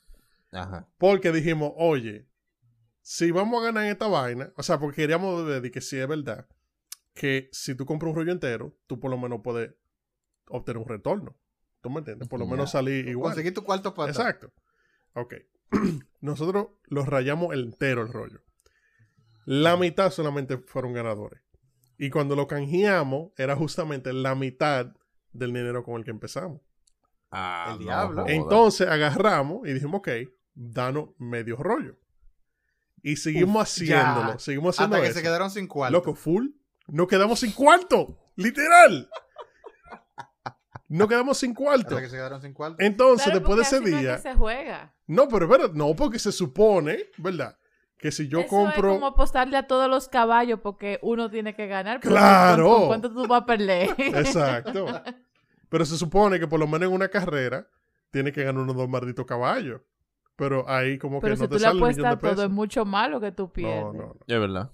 Ajá. Porque dijimos, oye, si vamos a ganar en esta vaina, o sea, porque queríamos ver de que si es verdad, que si tú compras un rollo entero, tú por lo menos puedes obtener un retorno. ¿Tú me entiendes? Por lo menos Ya. salir igual. Conseguir tu cuarto para atrás. Exacto. Ok. Nosotros los rayamos el entero el rollo. La mitad solamente fueron ganadores. Y cuando lo canjeamos, era justamente la mitad del dinero con el que empezamos. Ah, El diablo. joda. Entonces agarramos y dijimos, ok, danos medio rollo. Y seguimos Uf, haciéndolo. ya. Seguimos haciendo Hasta que eso. se quedaron sin cuarto. Loco, full. Nos quedamos sin cuarto. Literal. Nos quedamos sin cuarto. Hasta que se quedaron sin cuarto. Entonces, Claro, después de porque ese así no es día... que se juega. No, pero espérate, no, porque se supone, ¿verdad? Que si yo Eso compro... es como apostarle a todos los caballos porque uno tiene que ganar. pero ¡Claro! ¿con, con cuánto tú vas a perder? Exacto. Pero se supone que por lo menos en una carrera tiene que ganar unos dos malditos caballos. Pero ahí como Pero que si no tú te le sale el millón apuestas de a todo, pesos. es mucho malo que tú pierdes. No, no, no. Es verdad.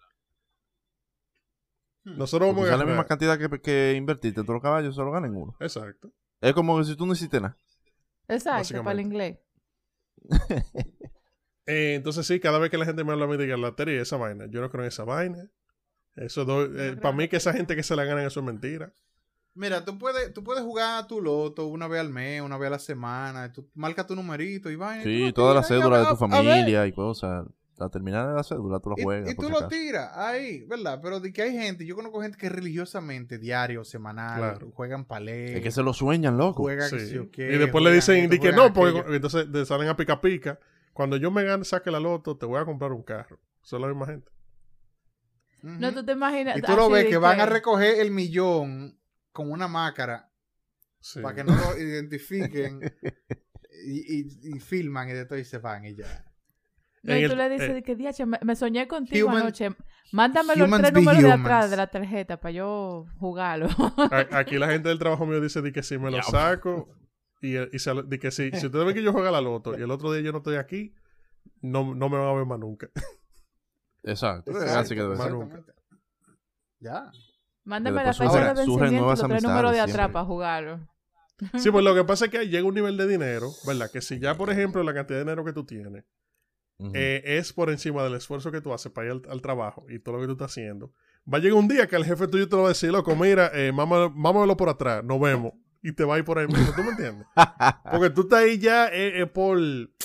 Nosotros Porque vamos si a es la misma ganar. cantidad que, que invertiste, todos los caballos solo ganan uno. Exacto. Es como que si tú no hiciste nada. Exacto, para el Básicamente. inglés. Eh, entonces sí, cada vez que la gente me habla a mí de galatería, esa vaina, yo no creo en esa vaina. Eso do- eh, creo para en mí la que esa lotería. gente que se la ganan, eso es mentira. Mira, tú puedes, tú puedes jugar tu loto una vez al mes, una vez a la semana. Tú marca tu numerito y vaina. y tú Sí, lo toda la tiras, cédula y de a- tu a- a ver. familia y cosas. La terminada de la cédula tú la Y, juegas. y por tú si lo acaso. tiras ahí, ¿verdad? Pero de que hay gente, yo conozco gente que religiosamente, diario, semanal, Claro. juegan palé, Es que se lo sueñan, loco. juegan Sí. que sí o qué, Y después le juegan dicen esto, di que juegan no, porque aquello. entonces te salen a pica pica. Cuando yo me gane, saque la loto, te voy a comprar un carro. Son la misma gente. Ujú. No, tú te imaginas. Y tú lo así ves de que van a recoger el millón con una máscara Sí. para que no lo identifiquen y, y, y filman y de todo y se van y ya. No, En y el- tú le dices eh, de que, diache, me, me soñé contigo Human- anoche. Mándame los humans tres be números de humans. atrás de la tarjeta para yo jugarlo. A- Aquí la gente del trabajo mío dice di que si me lo saco y, y se, di que si, si ustedes ven que yo juego a la loto y el otro día yo no estoy aquí, no, no me van a ver más nunca. Exacto. Exacto, Así que debe ser. exactamente. Ya. Mándame después la surgen- fecha de surgen vencimiento y nuevas los tres números de amistades atrás siempre. para jugarlo. Sí, pues lo que pasa es que llega un nivel de dinero, ¿verdad? Que si ya, por ejemplo, la cantidad de dinero que tú tienes Ujú. eh, es por encima del esfuerzo que tú haces para ir al, al trabajo y todo lo que tú estás haciendo, va a llegar un día que el jefe tuyo te lo va a decir, loco, mira, eh, mámalo- mámamelo por atrás, nos vemos. Y te va a ir por ahí mismo, ¿tú me entiendes? Porque tú estás ahí ya eh, eh, por,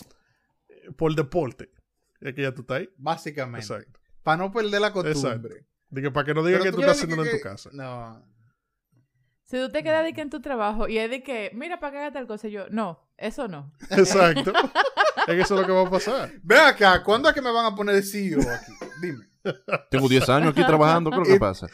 por deporte. Es que ya tú estás ahí. Básicamente. Exacto. Para no perder la Exacto. costumbre. De que para que no digan Pero que tú ya estás de haciéndolo que- en tu casa. No. Si tú te quedas de que en tu trabajo y es de que, mira, para que haga tal cosa, y yo, no, eso no. Exacto. Es que eso es lo que va a pasar. Ve acá, ¿cuándo es que me van a poner de C E O aquí? Dime. Tengo diez años aquí trabajando, ¿qué es lo que pasa?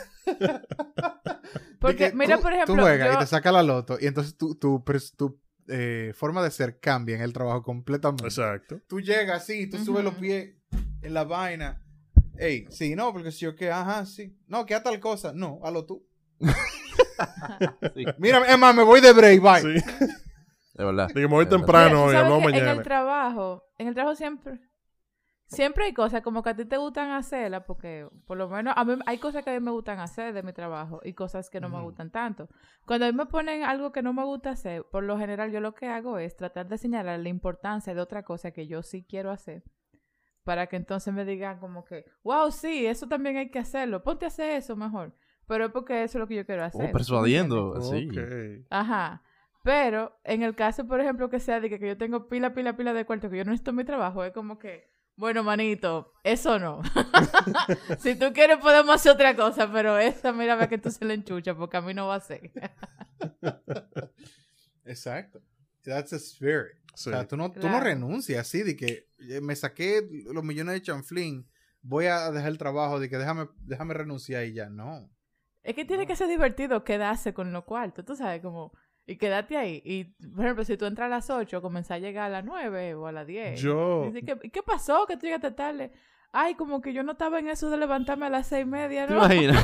Porque, De que mira, tú- por ejemplo, Tú juegas yo- y te saca la loto y entonces tu, tu, pres- tu, eh, forma de ser cambia en el trabajo completamente. Exacto. Tú llegas así, tú subes los Ujú. pies en la vaina. Ey, sí, no, porque si yo que, ajá, sí. No, que a tal cosa. No, hazlo tú. Sí. Mira, es más, me voy de break, bye. Sí. Es verdad. De que me voy Es verdad. temprano Mira, tú y sabes hablamos que en mañana. el trabajo, en el trabajo siempre, siempre hay cosas como que a ti te gustan hacerlas, porque por lo menos a mí hay cosas que a mí me gustan hacer de mi trabajo y cosas que no me Ujú. gustan tanto. Cuando a mí me ponen algo que no me gusta hacer, por lo general yo lo que hago es tratar de señalar la importancia de otra cosa que yo sí quiero hacer, para que entonces me digan como que, wow, sí, eso también hay que hacerlo, ponte a hacer eso mejor. Pero es porque eso es lo que yo quiero hacer. Oh, ¿tú me persuadiendo. Sí. Ok. Ajá. Pero en el caso, por ejemplo, que sea de que, que yo tengo pila, pila, pila de cuarto, que yo no necesito mi trabajo, es como que, bueno, manito, eso no. Si tú quieres podemos hacer otra cosa, pero esa, mira, ve que tú se la enchucha, porque a mí no va a ser. Exacto. That's a spirit. Sí. O sea, tú no, tú no Claro. renuncias así de que eh, me saqué los millones de chanflín, voy a dejar el trabajo, de que déjame, déjame renunciar y ya. No. Es que tiene que ser divertido quedarse con lo cuarto, tú sabes, como, y quedarte ahí. Y, por ejemplo, si tú entras a las ocho, comenzás a llegar a las nueve o a las diez. Yo- Y dices, ¿qué, ¿qué pasó? Que tú llegaste tarde. Ay, como que yo no estaba en eso de levantarme a las seis y media, ¿Te ¿no? imaginas?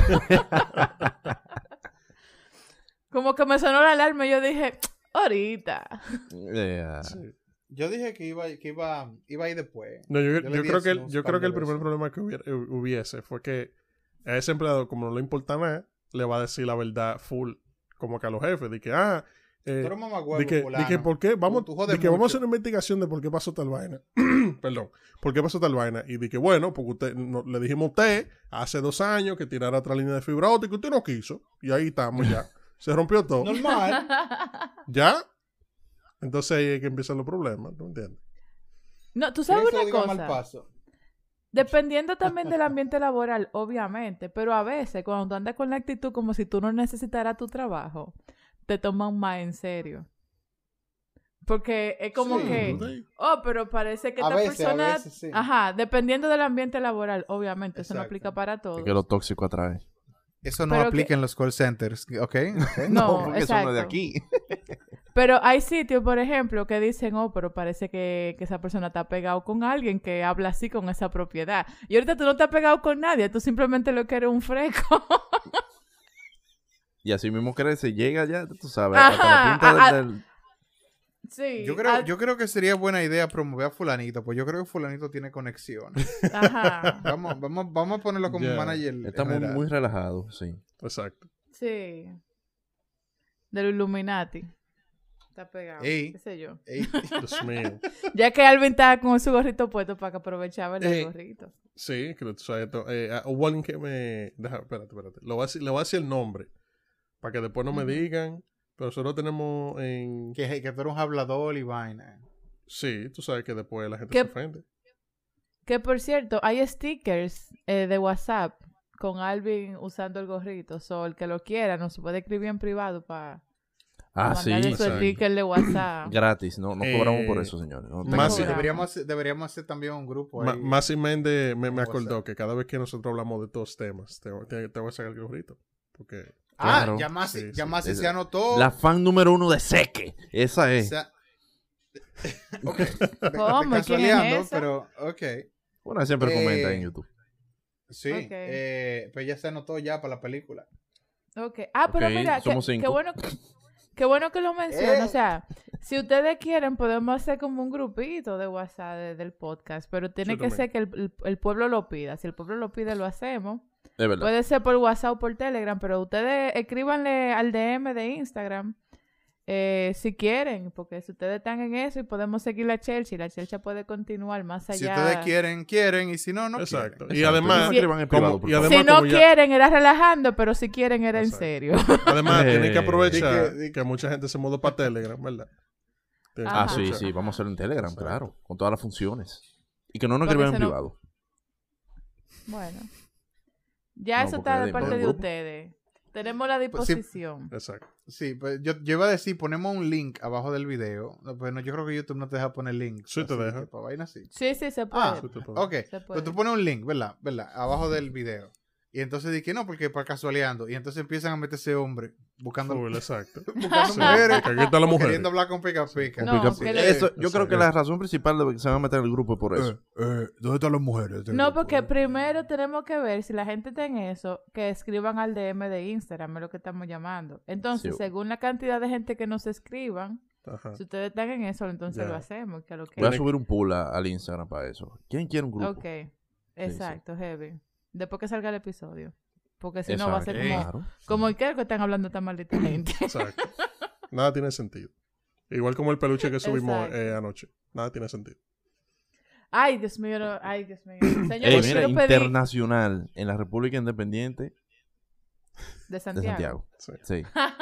Como que me sonó la alarma y yo dije, ahorita. Yeah. Sí. Yo dije que iba, que iba, iba a ir después. No, yo, Yo le yo di creo que, el- snooze yo par creo que de el primer veces. problema que hubiera- hu- hubiese fue que a ese empleado, como no le importa nada, le va a decir la verdad full, como que a los jefes, de que, ah, Eh, Tú eres mamagüevo, de que, fulano. de que por qué vamos, Tú- tú jodes de que vamos a mucho. hacer una investigación de por qué pasó tal vaina. Perdón, por qué pasó tal vaina. Y de que bueno, porque usted no, le dijimos a usted hace dos años que tirara otra línea de fibra óptica y usted no quiso. Y ahí estamos ya. Se rompió todo. Normal. ¿Ya? Entonces ahí es que empiezan los problemas, ¿no entiendes? No, tú ¿Quieres sabes que lo una diga mal cosa. paso? Dependiendo también del ambiente laboral, obviamente, pero a veces cuando tú andas con la actitud como si tú no necesitaras tu trabajo, te toman más en serio. Porque es como Sí. que, oh, pero parece que A esta veces, a persona, veces, sí. ajá, dependiendo del ambiente laboral, obviamente, eso no Exacto. aplica para todos. Es que lo tóxico atrae. Eso no Pero aplica que- en los call centers, ¿ok? okay. No, porque eso no es de exacto. aquí. Pero hay sitios, por ejemplo, que dicen, oh, pero parece que, que esa persona está pegado con alguien que habla así con esa propiedad. Y ahorita tú no estás pegado con nadie, tú simplemente lo que eres un fresco. Y así mismo crece, llega ya, tú sabes, Ajá, hasta la punta ajá. del... del- Sí. Yo creo, ah, yo creo que sería buena idea promover a fulanito, pues yo creo que fulanito tiene conexiones. Ajá. Vamos, vamos, vamos a ponerlo como Ya. manager. Está muy, general. muy relajado, sí. Exacto. Sí. Del Illuminati. Está pegado. Ey. ¿Qué sé yo? Ey, Dios mío. Ya que Alvin está con su gorrito puesto para que aprovechaba el Ey. gorrito. Sí, que tú sabes esto. Eh, ah, hubo alguien que me... Deja, espérate, espérate. Le voy, a decir, le voy a decir el nombre. Para que después no me Ujú. digan. Pero nosotros tenemos en... que, que tú eres un hablador y vaina. Sí, tú sabes que después la gente ¿Qué? se ofende. Que por cierto, hay stickers eh, de WhatsApp con Alvin usando el gorrito. So, el que lo quiera nos puede escribir en privado para Ah, sí. mandarle su Exacto. sticker de WhatsApp. Gratis, no, no Eh, cobramos por eso, señores. No más tengan si- cuidado. Deberíamos, hacer- deberíamos hacer también un grupo Ma- ahí. Masi Méndez me, me WhatsApp. acordó que cada vez que nosotros hablamos de estos temas, te, te- te voy a sacar el gorrito. Porque... ah, Claro. ya más, Sí, ya sí. más si Es- se anotó. La fan número uno de Seque. Esa O es. sea, ok. ¿Cómo? ¿Quién es Casualeando, esa? pero ok. Bueno, siempre Eh, comenta en YouTube. Sí, Ok. eh, pues ya se anotó ya para la película. Ok. Ah, pero Ok, mira, que, somos qué cinco. bueno, qué bueno que lo menciona. Eh. O sea, si ustedes quieren, podemos hacer como un grupito de WhatsApp de- del podcast, pero tiene Sí, que también. ser que el, el- el pueblo lo pida. Si el pueblo lo pide, lo hacemos. Es verdad. Puede ser por WhatsApp o por Telegram, pero ustedes escríbanle al D M de Instagram eh, si quieren, porque si ustedes están en eso y podemos seguir la Chelsea, la Chelsea puede continuar más allá. Si ustedes quieren, quieren, y si no, no Exacto. quieren. Y Exacto. además, No me escriban en como- privado, por y favor. además Si no como ya- quieren era relajando, pero si quieren era en Exacto. serio. Además, Eh, tienen que aprovechar di que- di- que mucha gente se mudó para Telegram, ¿verdad? Tienen que Ah, Ajá. sí, aprovechar. sí, vamos a hacerlo en Telegram, Exacto. claro. Con todas las funciones. Y que no nos Porque escriban en se no- privado. Bueno. Ya No, eso porque está de de- parte del de grupo. ustedes. Tenemos la Pues sí. disposición. Exacto. Sí, pues yo, yo iba a decir, ponemos un link abajo del video. No, pues no, yo creo que YouTube no te deja poner links. Sí te así, deja. que para vaina así. Sí, sí, se puede. Ah, Sí, te puedo- Ok, Se puede. pero tú pones un link, ¿verdad? ¿verdad? Abajo del video. Y entonces dije, no, porque para casualeando. Y entonces empiezan a meterse hombres buscando, Full, exacto. buscando Sí, mujeres, porque aquí está la mujer. queriendo hablar con pica pica. No, Complica- que le- Eso, yo Sí, creo que sí. la razón principal de que se van a meter en el grupo es por eso. Eh, eh, ¿dónde están las mujeres? del No, grupo, porque eh? primero tenemos que ver si la gente está en eso, que escriban al D M de Instagram, es lo que estamos llamando. Entonces, Sí. según la cantidad de gente que nos escriban, Ajá. si ustedes están en eso, entonces Ya. lo hacemos. Que lo que... Voy a subir un pool a- al Instagram para eso. ¿Quién quiere un grupo? Ok, exacto, heavy. Después que salga el episodio. Porque si no Exacto, va a ser como, claro. como ¿qué es lo que están hablando tan maldita gente? Exacto. Nada tiene sentido. Igual como el peluche que subimos Exacto. eh, anoche. Nada tiene sentido. Ay, Dios mío, no, ay, Dios mío. Ey, Señores, mira, quiero pedir internacional en la República Independiente de de Santiago. Santiago. Sí. Sí.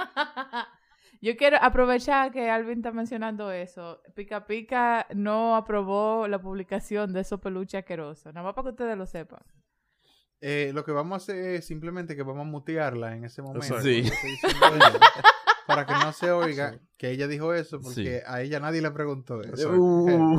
Yo quiero aprovechar que Alvin está mencionando eso. Pica Pica no aprobó la publicación de esos peluches asquerosos. Nada más para que ustedes lo sepan. Eh, lo que vamos a hacer es simplemente que vamos a mutearla en ese momento. Exacto. Sí. Estoy diciendo ella, para que no se oiga Sí. que ella dijo eso, porque Sí. a ella nadie le preguntó eso. Exacto. Uh,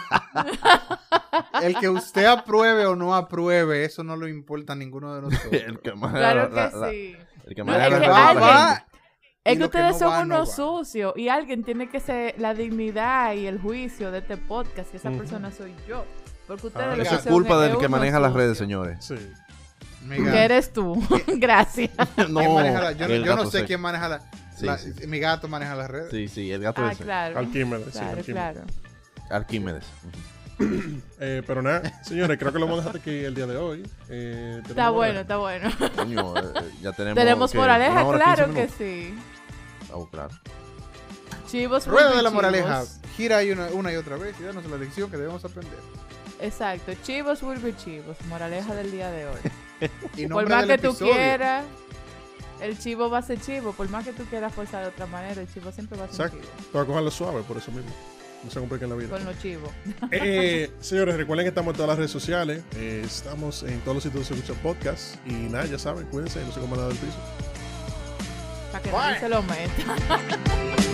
El que usted apruebe o no apruebe, eso no le importa a ninguno de nosotros. el que más Claro la- que la- sí. el que No, más es la que regla- alguien- va, Es y que lo que ustedes no son va, no unos va. sucios y alguien tiene que ser la dignidad y el juicio de este podcast, que esa Ujú. persona soy yo. Porque ustedes Ah, lo Eso que es son culpa del es que unos maneja las redes, sucios. señores. Sí. Mi Que gato. eres tú. Gracias. No, ¿Quién maneja la- yo no, el yo no gato sé seco. quién maneja la, Sí, la- sí. Mi gato maneja las redes. Sí, sí, el gato Ah, ese. claro. Arquímedes. sí, Claro, Arquímedes. claro. Arquímedes. Eh, pero nada, señores, creo que lo vamos a dejar aquí el día de hoy. Eh, Está tenemos- bueno, está bueno. Coño, eh, ya tenemos. Tenemos ¿qué? moraleja, ¿Una hora, claro quince que minutos? sí. Oh, claro. Chivos will Rueda be de la moraleja. chivos. Gira ahí una, una y otra vez y danos la lección que debemos aprender. Exacto, chivos will be chivos. Moraleja del día de hoy. Y Por nombre más del que tú episodio. quieras, el chivo va a ser chivo. Por más que tú quieras forzar de otra manera, el chivo siempre va a ser Exacto. chivo. Te voy a cogerlo suave por eso mismo. No se compliquen la vida. Con los chivos. Eh, señores, recuerden que estamos en todas las redes sociales. Eh, estamos en todos los sitios donde se escucha podcast. Y nada, ya saben, cuídense, no se coman nada del piso. Para que nadie se lo meta.